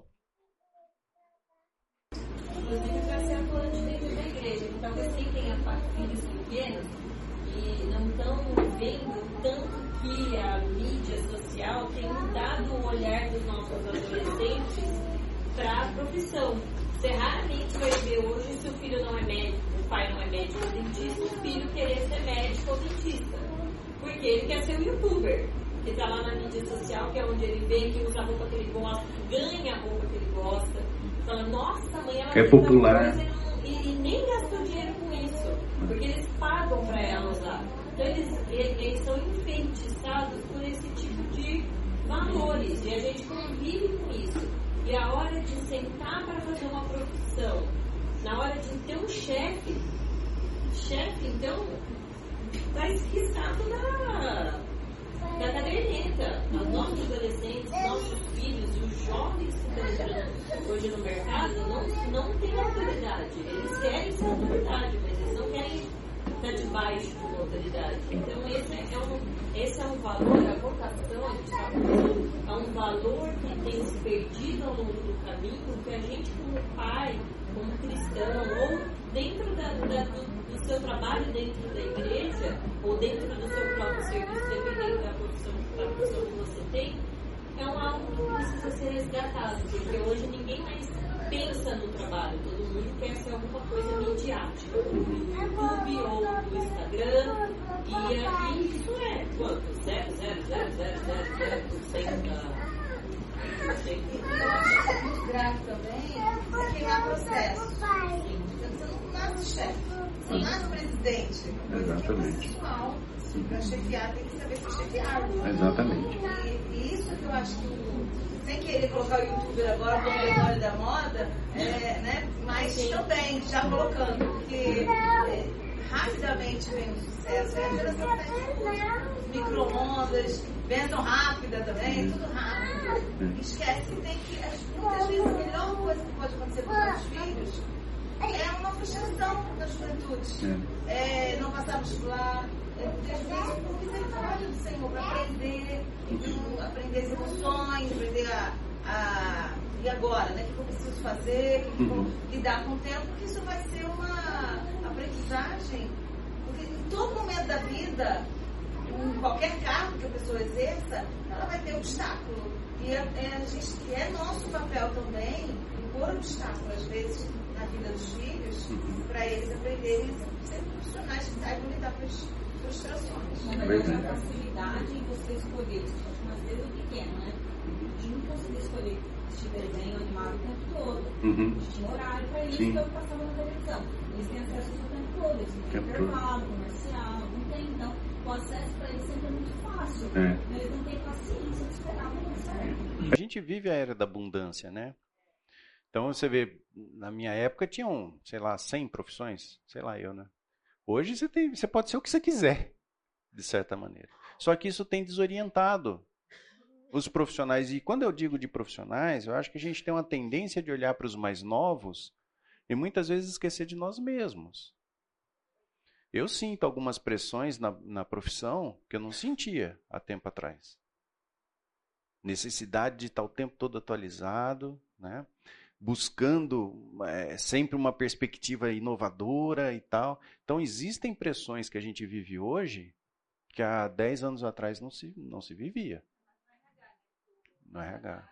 Inclusive para ser atuante dentro da igreja. Então, vocês têm filhos pequenos e não estão vendo tanto que a mídia social tem mudado o olhar dos nossos adolescentes para a profissão. Você raramente vai ver hoje, se o filho não é médico, o pai não é médico ou dentista, o filho querer ser médico ou dentista. Porque ele quer ser um youtuber, que está lá na mídia social, que é onde ele vê, que usa a roupa que ele gosta, ganha a roupa que ele gosta. Fala, nossa, mãe, ela é popular. E nem gastou dinheiro com isso, porque eles pagam para ela usar. Então eles são enfeitiçados por esse tipo de valores, e a gente convive com isso. E a hora de sentar para fazer uma profissão, na hora de ter um chefe, então, vai esquisado da caderneta. Os nossos adolescentes, nossos filhos e os jovens que estão entrando hoje no mercado não têm autoridade. Eles querem ser autoridade, mas eles não querem estar debaixo de uma autoridade. Então, esse é um valor, a vocação, a gente está falando, é um valor que tem se perdido ao longo do caminho, que a gente, como pai, como cristão, ou dentro do seu trabalho dentro da igreja, ou dentro do seu próprio serviço, dependendo da profissão que você tem, é algo que precisa ser resgatado, porque hoje ninguém mais pensa no trabalho, todo mundo quer ser alguma coisa midiática, no YouTube ou no Instagram, e isso é quanto? 0,00000% Eu acho que é muito grave também é queimar processo. Você não nasce chefe, você nasce presidente. Exatamente. Pessoal, para chefiar, tem que saber ser chefiado. Exatamente. E isso que eu acho que, sem querer colocar o youtuber agora como memória da moda, né? Mas também, já colocando, porque rapidamente vem o sucesso. A geração tem micro-ondas, bênção rápida também, tudo rápido. Esquece que tem que, muitas vezes, a melhor coisa que pode acontecer com os nossos filhos é uma frustração da juventude. Não passar vestibular, muitas vezes por misericórdia do Senhor, para aprender as emoções, aprender e agora, né? O que eu preciso fazer, o que eu vou lidar com o tempo, porque isso vai ser uma aprendizagem, porque em todo momento da vida, em qualquer cargo que a pessoa exerça, ela vai ter obstáculo. E é nosso papel também impor obstáculo, às vezes, na vida dos filhos, para eles aprenderem a ser profissionais que saibam lidar com as frustrações. Na verdade, a facilidade em você escolher, mas desde o pequeno, né? De não conseguir escolher este desenho animado o tempo todo. Eles tinham horário para isso, que eu passava na televisão. Eles têm acesso o tempo todo, eles não têm intervalo, comercial, não tem. Então, o acesso para eles sempre é muito fácil. Mas eles não têm paciência de esperar o momento certo. A gente vive a era da abundância, né? Então, você vê, na minha época tinham, sei lá, 100 profissões, sei lá eu, né? Hoje você pode ser o que você quiser, de certa maneira. Só que isso tem desorientado os profissionais. E quando eu digo de profissionais, eu acho que a gente tem uma tendência de olhar para os mais novos e muitas vezes esquecer de nós mesmos. Eu sinto algumas pressões na profissão que eu não sentia há tempo atrás. Necessidade de estar o tempo todo atualizado, né? Buscando sempre uma perspectiva inovadora e tal. Então, existem pressões que a gente vive hoje que há 10 anos atrás não se vivia. No RH.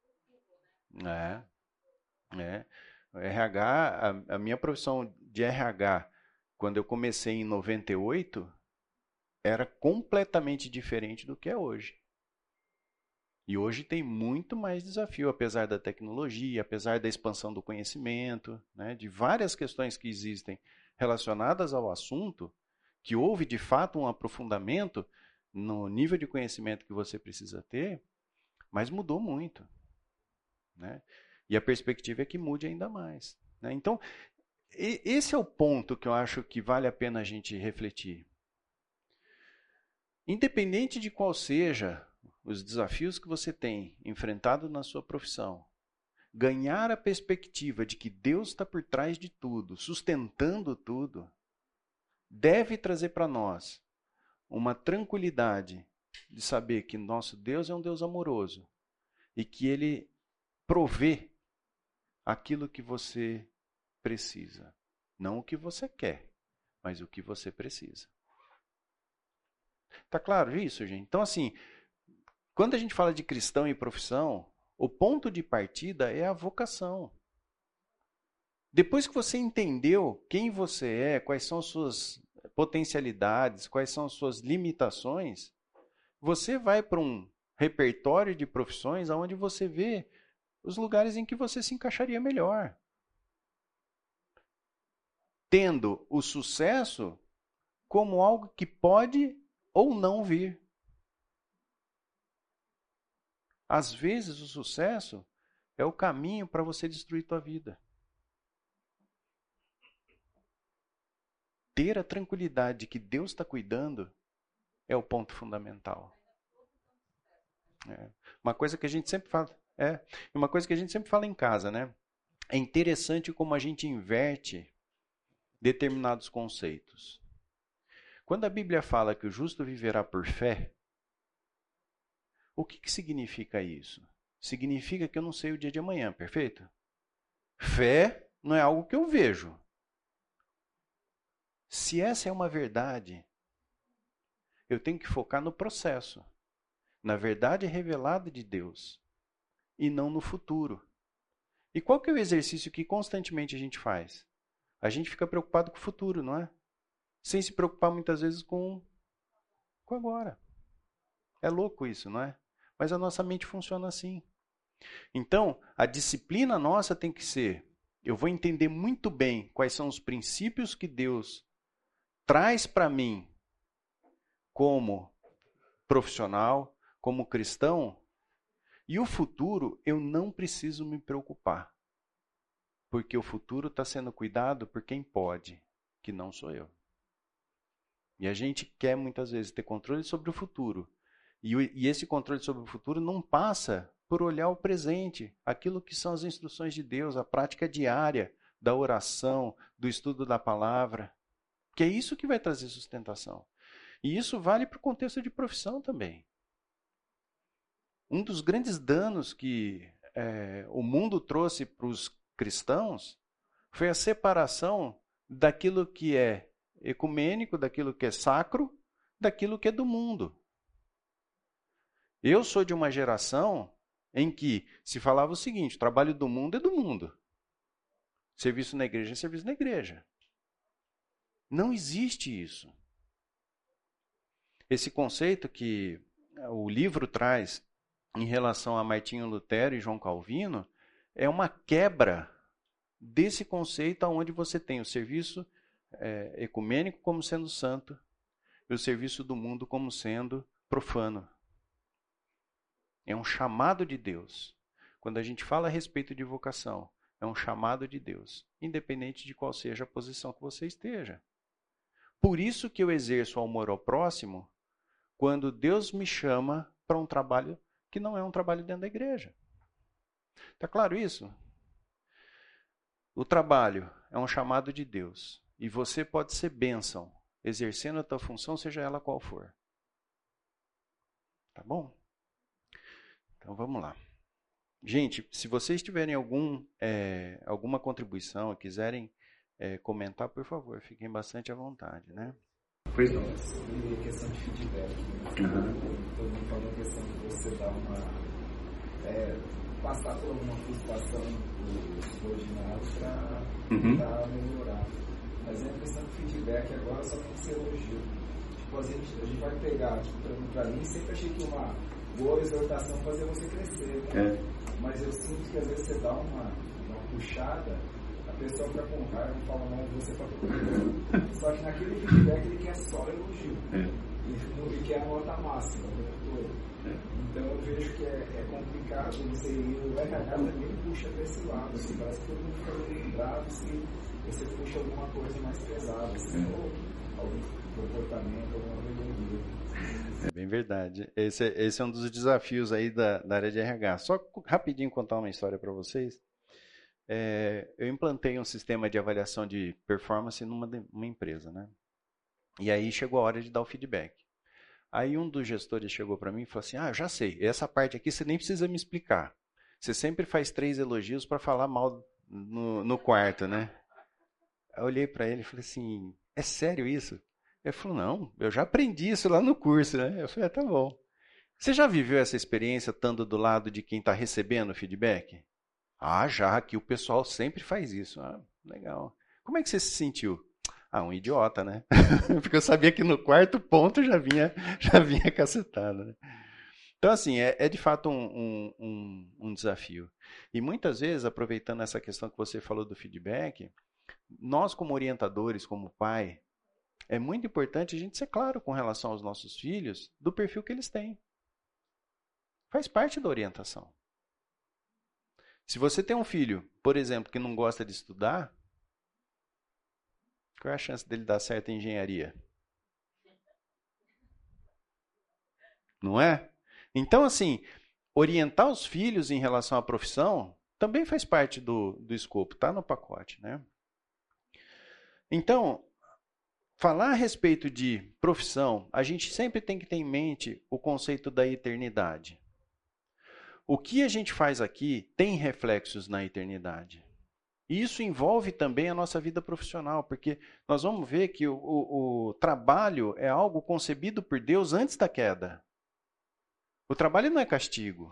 O RH, a minha profissão de RH, quando eu comecei em 98, era completamente diferente do que é hoje. E hoje tem muito mais desafio, apesar da tecnologia, apesar da expansão do conhecimento, né, de várias questões que existem relacionadas ao assunto, que houve de fato um aprofundamento no nível de conhecimento que você precisa ter, mas mudou muito, né? E a perspectiva é que mude ainda mais, né? Então, esse é o ponto que eu acho que vale a pena a gente refletir. Independente de qual seja os desafios que você tem enfrentado na sua profissão, ganhar a perspectiva de que Deus está por trás de tudo, sustentando tudo, deve trazer para nós uma tranquilidade de saber que nosso Deus é um Deus amoroso e que Ele provê aquilo que você precisa. Não o que você quer, mas o que você precisa. Tá claro isso, gente? Então, assim, quando a gente fala de cristão e profissão, o ponto de partida é a vocação. Depois que você entendeu quem você é, quais são suas potencialidades, quais são suas limitações, você vai para um repertório de profissões onde você vê os lugares em que você se encaixaria melhor. Tendo o sucesso como algo que pode ou não vir. Às vezes o sucesso é o caminho para você destruir tua vida. Ter a tranquilidade de que Deus está cuidando é o ponto fundamental. Uma coisa que a gente sempre fala, uma coisa que a gente sempre fala em casa, né? É interessante como a gente inverte determinados conceitos. Quando a Bíblia fala que o justo viverá por fé, o que significa isso? Significa que eu não sei o dia de amanhã, perfeito? Fé não é algo que eu vejo. Se essa é uma verdade, eu tenho que focar no processo, na verdade revelada de Deus, e não no futuro. E qual que é o exercício que constantemente a gente faz? A gente fica preocupado com o futuro, não é? Sem se preocupar muitas vezes com agora. É louco isso, não é? Mas a nossa mente funciona assim. Então, a disciplina nossa tem que ser, eu vou entender muito bem quais são os princípios que Deus traz para mim como profissional, como cristão, e o futuro eu não preciso me preocupar. Porque o futuro está sendo cuidado por quem pode, que não sou eu. E a gente quer muitas vezes ter controle sobre o futuro. E esse controle sobre o futuro não passa por olhar o presente, aquilo que são as instruções de Deus, a prática diária da oração, do estudo da palavra, que é isso que vai trazer sustentação. E isso vale para o contexto de profissão também. Um dos grandes danos que o mundo trouxe para os cristãos foi a separação daquilo que é ecumênico, daquilo que é sacro, daquilo que é do mundo. Eu sou de uma geração em que se falava o seguinte, o trabalho do mundo é do mundo. Serviço na igreja é serviço na igreja. Não existe isso. Esse conceito que o livro traz em relação a Martinho Lutero e João Calvino é uma quebra desse conceito onde você tem o serviço ecumênico como sendo santo e o serviço do mundo como sendo profano. É um chamado de Deus. Quando a gente fala a respeito de vocação, é um chamado de Deus, independente de qual seja a posição que você esteja. Por isso que eu exerço o amor ao próximo quando Deus me chama para um trabalho que não é um trabalho dentro da igreja. Está claro isso? O trabalho é um chamado de Deus e você pode ser bênção exercendo a tua função, seja ela qual for. Tá bom? Então vamos lá. Gente, se vocês tiverem alguma contribuição, quiserem comentar, por favor, fiquem bastante à vontade, né? Pois não. Sobre questão de feedback, né? Todo mundo falou a questão de você dar passar por alguma frustração dos subordinados para melhorar. Mas é a questão do feedback agora só tem que ser elogio. Tipo, a gente vai pegar, tipo, para mim, sempre achei que uma boa exortação fazia você crescer, né? Mas eu sinto que às vezes você dá uma puxada, a pessoa fica com raiva e fala, não, você tá procurando. Só que naquele feedback ele quer só elogio. Ele quer a nota máxima o tempo todo. Então eu vejo que é complicado você ir, o RH também puxa para esse lado, assim, parece que todo mundo fica meio bravo se você puxa alguma coisa mais pesada, assim, ou algum comportamento, alguma melhoria. É bem verdade. Esse é um dos desafios aí da área de RH. Só rapidinho contar uma história para vocês. Eu implantei um sistema de avaliação de performance numa empresa, né? E aí chegou a hora de dar o feedback. Aí um dos gestores chegou para mim e falou assim, já sei, essa parte aqui você nem precisa me explicar. Você sempre faz 3 elogios para falar mal no quarto, né? Eu olhei para ele e falei assim, é sério isso? Ele falou, não, eu já aprendi isso lá no curso, né? Eu falei, tá bom. Você já viveu essa experiência estando do lado de quem está recebendo o feedback? Já, que o pessoal sempre faz isso. Legal. Como é que você se sentiu? Um idiota, né? Porque eu sabia que no quarto ponto já vinha cacetada, né? Então, assim, é de fato um desafio. E muitas vezes, aproveitando essa questão que você falou do feedback, nós como orientadores, como pai, é muito importante a gente ser claro com relação aos nossos filhos do perfil que eles têm. Faz parte da orientação. Se você tem um filho, por exemplo, que não gosta de estudar, qual é a chance dele dar certo em engenharia? Não é? Então, assim, orientar os filhos em relação à profissão também faz parte do escopo, está no pacote, né? Então, falar a respeito de profissão, a gente sempre tem que ter em mente o conceito da eternidade. O que a gente faz aqui tem reflexos na eternidade. E isso envolve também a nossa vida profissional, porque nós vamos ver que o trabalho é algo concebido por Deus antes da queda. O trabalho não é castigo.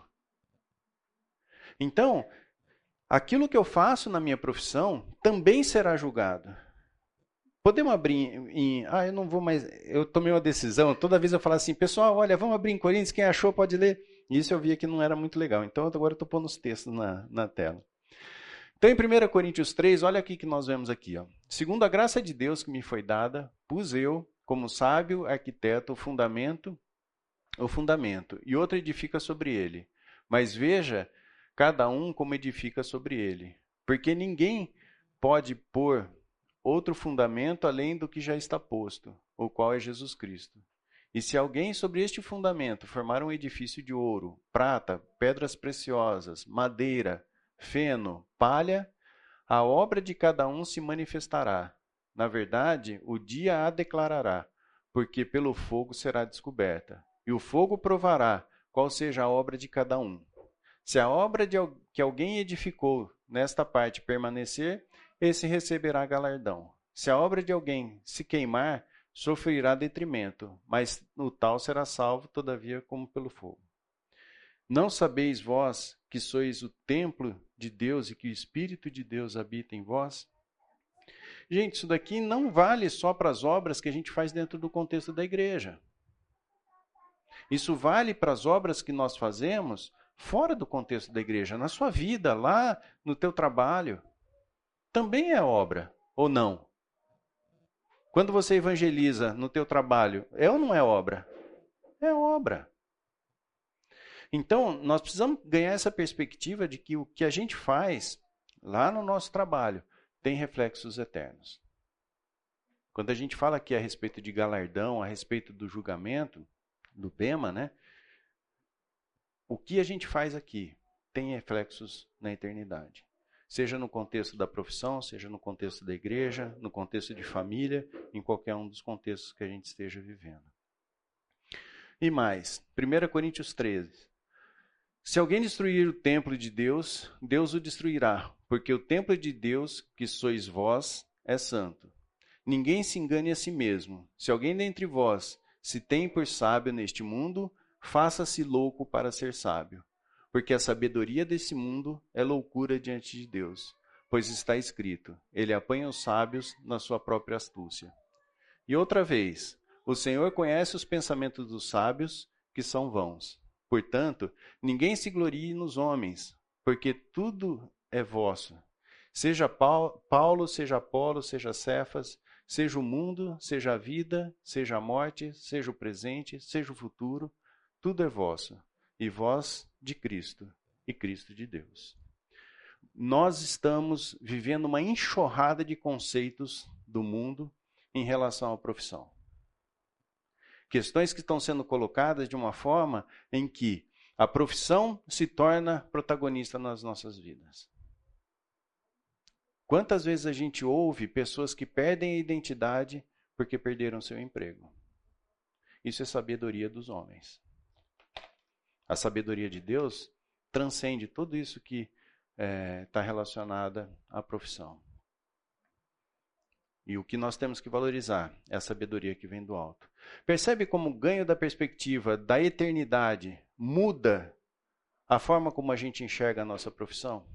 Então, aquilo que eu faço na minha profissão também será julgado. Podemos abrir eu não vou mais... Eu tomei uma decisão, toda vez eu falo assim, pessoal, olha, vamos abrir em Coríntios, quem achou pode ler. Isso eu via que não era muito legal. Então, agora eu estou pondo os textos na tela. Então, em 1 Coríntios 3, olha aqui que nós vemos aqui. Segundo a graça de Deus que me foi dada, pus eu, como sábio arquiteto, o fundamento, e outro edifica sobre ele. Mas veja, cada um como edifica sobre ele. Porque ninguém pode pôr outro fundamento além do que já está posto, o qual é Jesus Cristo. E se alguém sobre este fundamento formar um edifício de ouro, prata, pedras preciosas, madeira, feno, palha, a obra de cada um se manifestará. Na verdade, o dia a declarará, porque pelo fogo será descoberta. E o fogo provará qual seja a obra de cada um. Se a obra que alguém edificou nesta parte permanecer, esse receberá galardão. Se a obra de alguém se queimar, sofrerá detrimento, mas o tal será salvo, todavia, como pelo fogo. Não sabeis vós que sois o templo de Deus e que o Espírito de Deus habita em vós? Gente, isso daqui não vale só para as obras que a gente faz dentro do contexto da igreja. Isso vale para as obras que nós fazemos fora do contexto da igreja, na sua vida, lá no teu trabalho. Também é obra, ou não? Quando você evangeliza no teu trabalho, é ou não é obra? É obra. Então, nós precisamos ganhar essa perspectiva de que o que a gente faz lá no nosso trabalho tem reflexos eternos. Quando a gente fala aqui a respeito de galardão, a respeito do julgamento, do bema, né? O que a gente faz aqui tem reflexos na eternidade. Seja no contexto da profissão, seja no contexto da igreja, no contexto de família, em qualquer um dos contextos que a gente esteja vivendo. E mais, 1 Coríntios 13. Se alguém destruir o templo de Deus, Deus o destruirá, porque o templo de Deus, que sois vós, é santo. Ninguém se engane a si mesmo. Se alguém dentre vós se tem por sábio neste mundo, faça-se louco para ser sábio. porque a sabedoria desse mundo é loucura diante de Deus, pois está escrito, ele apanha os sábios na sua própria astúcia. E outra vez, o Senhor conhece os pensamentos dos sábios, que são vãos. Portanto, ninguém se glorie nos homens, porque tudo é vosso. Seja Paulo, seja Apolo, seja Cefas, seja o mundo, seja a vida, seja a morte, seja o presente, seja o futuro, tudo é vosso, e vós de Cristo, e Cristo de Deus. Nós estamos vivendo uma enxurrada de conceitos do mundo em relação à profissão. Questões que estão sendo colocadas de uma forma em que a profissão se torna protagonista nas nossas vidas. Quantas vezes a gente ouve pessoas que perdem a identidade porque perderam seu emprego? Isso é sabedoria dos homens. A sabedoria de Deus transcende tudo isso que está relacionado à profissão. E o que nós temos que valorizar é a sabedoria que vem do alto. Percebe como o ganho da perspectiva da eternidade muda a forma como a gente enxerga a nossa profissão?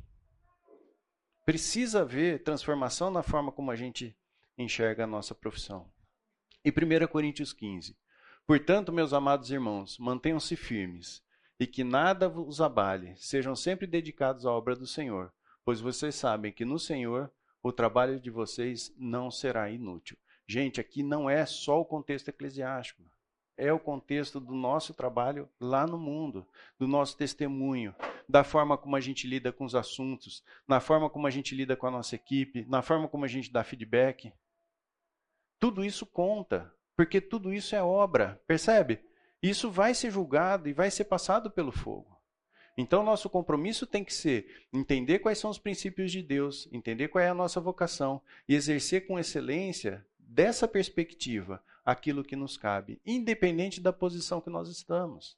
Precisa haver transformação na forma como a gente enxerga a nossa profissão. E 1 Coríntios 15. Portanto, meus amados irmãos, mantenham-se firmes e que nada vos abale. Sejam sempre dedicados à obra do Senhor, pois vocês sabem que no Senhor o trabalho de vocês não será inútil. Gente, aqui não é só o contexto eclesiástico. É o contexto do nosso trabalho lá no mundo, do nosso testemunho, da forma como a gente lida com os assuntos, na forma como a gente lida com a nossa equipe, na forma como a gente dá feedback. Tudo isso conta, porque tudo isso é obra, percebe? Isso vai ser julgado e vai ser passado pelo fogo. Então, nosso compromisso tem que ser entender quais são os princípios de Deus, entender qual é a nossa vocação e exercer com excelência, dessa perspectiva, aquilo que nos cabe, independente da posição que nós estamos.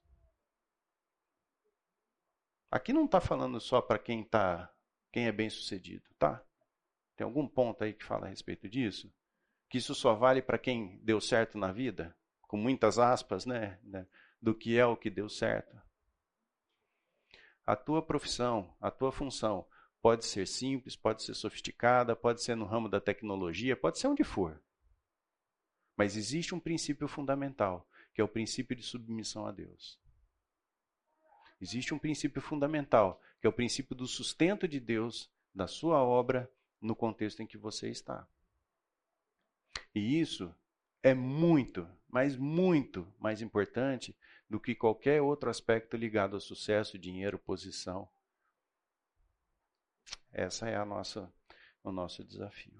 Aqui não está falando só para quem é bem-sucedido, tá? Tem algum ponto aí que fala a respeito disso? Que isso só vale para quem deu certo na vida? Com muitas aspas, né? Do que é o que deu certo. A tua profissão, a tua função pode ser simples, pode ser sofisticada, pode ser no ramo da tecnologia, pode ser onde for. Mas existe um princípio fundamental, que é o princípio de submissão a Deus. Existe um princípio fundamental, que é o princípio do sustento de Deus, da sua obra, no contexto em que você está. E isso é muito, mas muito mais importante do que qualquer outro aspecto ligado ao sucesso, dinheiro, posição. Essa é o nosso desafio.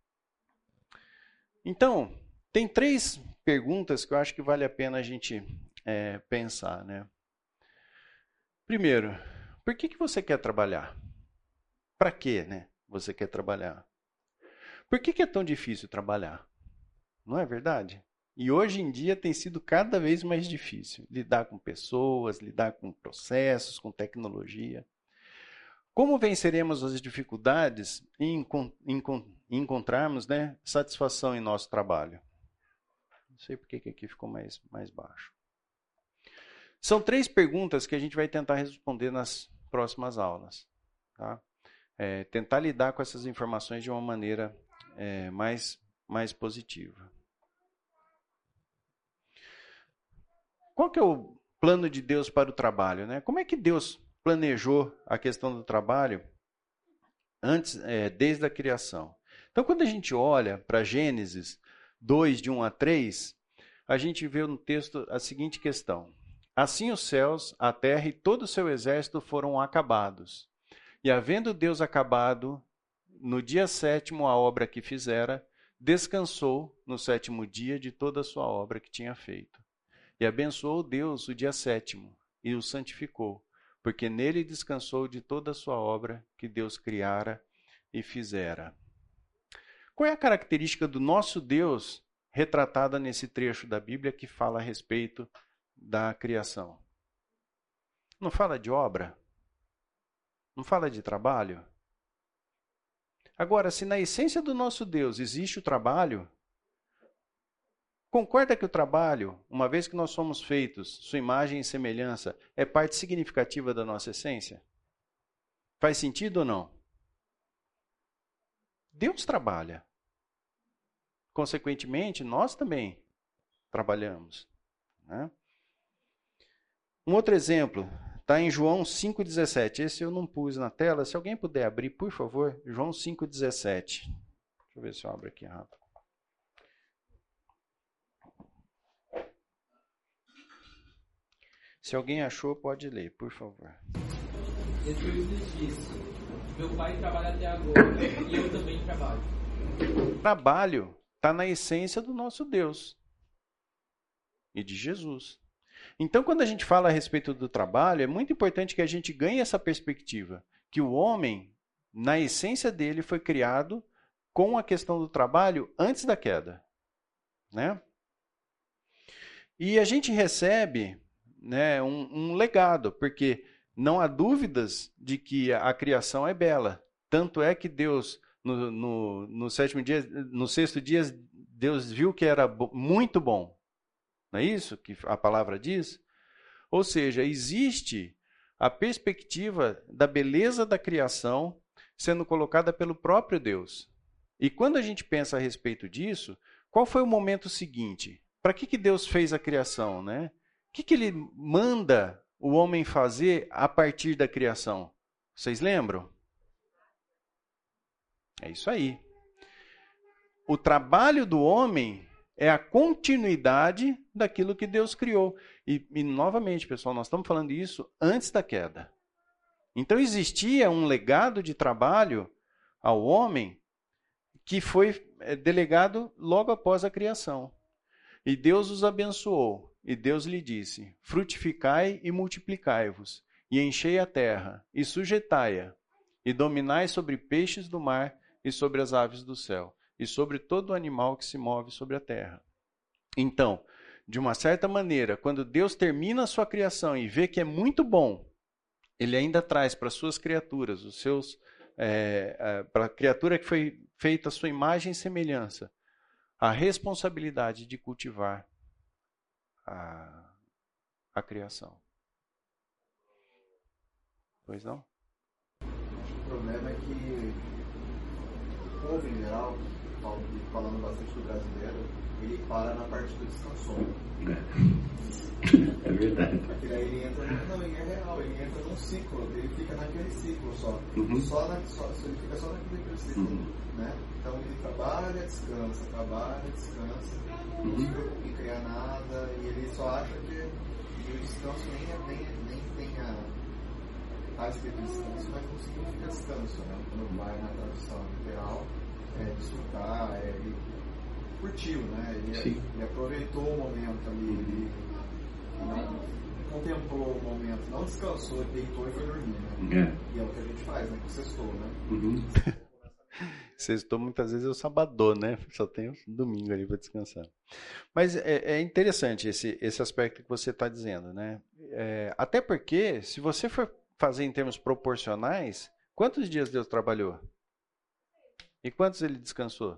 Então, tem 3 perguntas que eu acho que vale a pena a gente pensar, né? Primeiro, por que você quer trabalhar? Para quê, né? Você quer trabalhar? Por que é tão difícil trabalhar? Não é verdade? E hoje em dia tem sido cada vez mais difícil lidar com pessoas, lidar com processos, com tecnologia. Como venceremos as dificuldades em encontrarmos, né, satisfação em nosso trabalho? Não sei por que aqui ficou mais baixo. São 3 perguntas que a gente vai tentar responder nas próximas aulas. Tá? Tentar lidar com essas informações de uma maneira mais positiva. Qual que é o plano de Deus para o trabalho, né? Como é que Deus planejou a questão do trabalho antes, desde a criação? Então, quando a gente olha para Gênesis 2, de 1 a 3, a gente vê no texto a seguinte questão. Assim os céus, a terra e todo o seu exército foram acabados. E havendo Deus acabado no dia 7º a obra que fizera, descansou no 7º dia de toda a sua obra que tinha feito. E abençoou Deus o dia 7º e o santificou, porque nele descansou de toda a sua obra que Deus criara e fizera. Qual é a característica do nosso Deus retratada nesse trecho da Bíblia que fala a respeito da criação? Não fala de obra? Não fala de trabalho? Agora, se na essência do nosso Deus existe o trabalho, Concorda que o trabalho, uma vez que nós somos feitos, sua imagem e semelhança, é parte significativa da nossa essência? Faz sentido ou não? Deus trabalha. Consequentemente, nós também trabalhamos. Né? Um outro exemplo, está em João 5,17. Esse eu não pus na tela. Se alguém puder abrir, por favor. João 5,17. Deixa eu ver se eu abro aqui rápido. Se alguém achou, pode ler, por favor. Jesus disse: meu pai trabalha até agora e eu também trabalho. Trabalho está na essência do nosso Deus e de Jesus. Então, quando a gente fala a respeito do trabalho, é muito importante que a gente ganhe essa perspectiva, que o homem, na essência dele, foi criado com a questão do trabalho antes da queda. Né? E a gente recebe, né, um legado, porque não há dúvidas de que a criação é bela. Tanto é que Deus, no sétimo dia, no sexto dia, Deus viu que era muito bom. Não é isso que a palavra diz? Ou seja, existe a perspectiva da beleza da criação sendo colocada pelo próprio Deus. E quando a gente pensa a respeito disso, qual foi o momento seguinte? Para que Deus fez a criação, né? O que ele manda o homem fazer a partir da criação? Vocês lembram? É isso aí. O trabalho do homem é a continuidade daquilo que Deus criou. E novamente, pessoal, nós estamos falando isso antes da queda. Então existia um legado de trabalho ao homem que foi delegado logo após a criação. E Deus os abençoou. E Deus lhe disse: frutificai e multiplicai-vos, e enchei a terra, e sujeitai-a, e dominai sobre peixes do mar, e sobre as aves do céu, e sobre todo animal que se move sobre a terra. Então, de uma certa maneira, quando Deus termina a sua criação e vê que é muito bom, Ele ainda traz para as suas criaturas, para a criatura que foi feita a sua imagem e semelhança, a responsabilidade de cultivar a criação. Pois não? Acho que o problema é que o povo em geral, falando bastante do brasileiro, ele para na parte do descansou. É verdade. Porque daí ele entra ele é real, ele entra num ciclo, ele fica naquele ciclo só. Uhum. Ele fica só naquele ciclo. Uhum. Né? Então ele trabalha, descansa, não se preocupa em criar nada, e ele só acha que o descanso nem tem a escrito descanso, mas não significa descanso, né? Quando vai na tradução literal, é desfrutar, ele curtiu, né? Ele aproveitou o momento ali, ele não contemplou o momento, não descansou, deitou e foi dormir, né? E é o que a gente faz, né? Com sextou, né? Uhum. Sextou muitas vezes é o sabadô, né? Só tem o domingo ali para descansar. Mas é interessante esse aspecto que você está dizendo, né? Até porque, se você for fazer em termos proporcionais, quantos dias Deus trabalhou? E quantos ele descansou?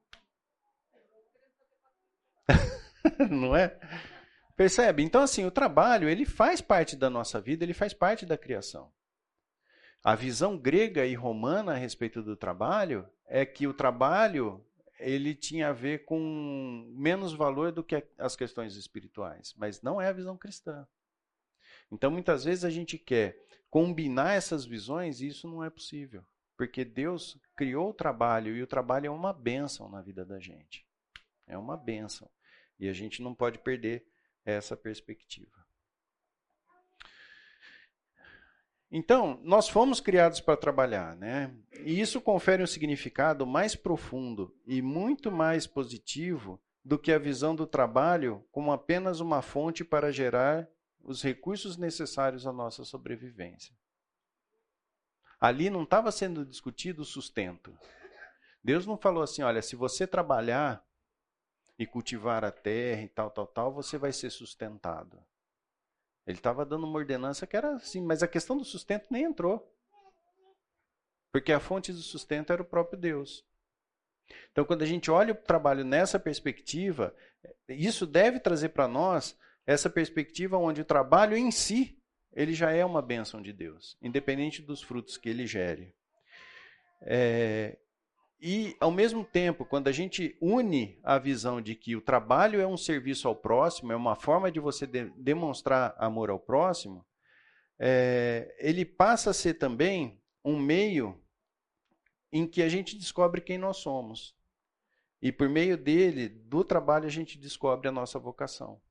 Não é? Percebe? Então, assim, o trabalho, ele faz parte da nossa vida, ele faz parte da criação. A visão grega e romana a respeito do trabalho é que o trabalho ele tinha a ver com menos valor do que as questões espirituais, mas não é a visão cristã. Então, muitas vezes a gente quer combinar essas visões e isso não é possível, porque Deus criou o trabalho e o trabalho é uma bênção na vida da gente. É uma bênção. E a gente não pode perder essa perspectiva. Então, nós fomos criados para trabalhar, né? E isso confere um significado mais profundo e muito mais positivo do que a visão do trabalho como apenas uma fonte para gerar os recursos necessários à nossa sobrevivência. Ali não estava sendo discutido o sustento. Deus não falou assim, olha, se você trabalhar e cultivar a terra e tal, você vai ser sustentado. Ele estava dando uma ordenança que era assim, mas a questão do sustento nem entrou. Porque a fonte do sustento era o próprio Deus. Então, quando a gente olha o trabalho nessa perspectiva, isso deve trazer para nós essa perspectiva onde o trabalho em si, ele já é uma bênção de Deus, independente dos frutos que ele gere. E, ao mesmo tempo, quando a gente une a visão de que o trabalho é um serviço ao próximo, é uma forma de você demonstrar amor ao próximo, ele passa a ser também um meio em que a gente descobre quem nós somos. E por meio dele, do trabalho, a gente descobre a nossa vocação.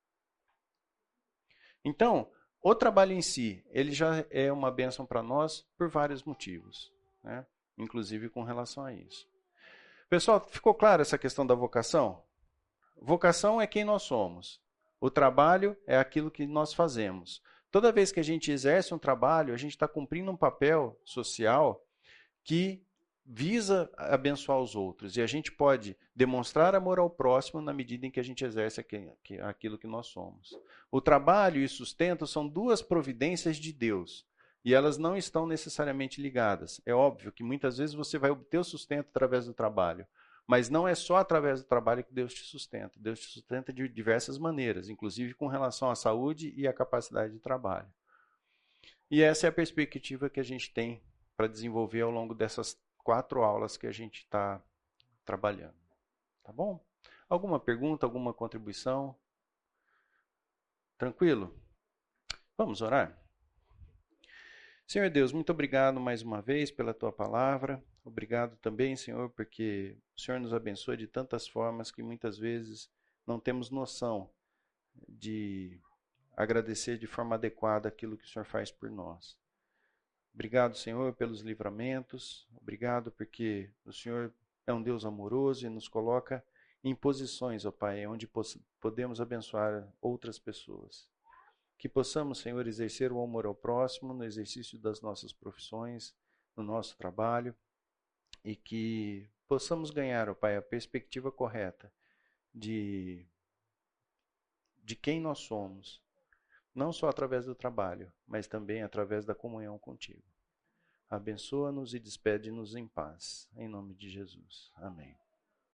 Então, o trabalho em si, ele já é uma bênção para nós por vários motivos, né? Inclusive com relação a isso. Pessoal, ficou clara essa questão da vocação? Vocação é quem nós somos. O trabalho é aquilo que nós fazemos. Toda vez que a gente exerce um trabalho, a gente está cumprindo um papel social que visa abençoar os outros. E a gente pode demonstrar amor ao próximo na medida em que a gente exerce aquilo que nós somos. O trabalho e o sustento são duas providências de Deus. E elas não estão necessariamente ligadas. É óbvio que muitas vezes você vai obter o sustento através do trabalho. Mas não é só através do trabalho que Deus te sustenta. Deus te sustenta de diversas maneiras, inclusive com relação à saúde e à capacidade de trabalho. E essa é a perspectiva que a gente tem para desenvolver ao longo dessas 4 aulas que a gente está trabalhando. Tá bom? Alguma pergunta, alguma contribuição? Tranquilo? Vamos orar? Senhor Deus, muito obrigado mais uma vez pela Tua palavra. Obrigado também, Senhor, porque o Senhor nos abençoa de tantas formas que muitas vezes não temos noção de agradecer de forma adequada aquilo que o Senhor faz por nós. Obrigado, Senhor, pelos livramentos. Obrigado porque o Senhor é um Deus amoroso e nos coloca em posições, ó Pai, onde podemos abençoar outras pessoas. Que possamos, Senhor, exercer o amor ao próximo no exercício das nossas profissões, no nosso trabalho, e que possamos ganhar, ó Pai, a perspectiva correta de quem nós somos, não só através do trabalho, mas também através da comunhão contigo. Abençoa-nos e despede-nos em paz. Em nome de Jesus. Amém.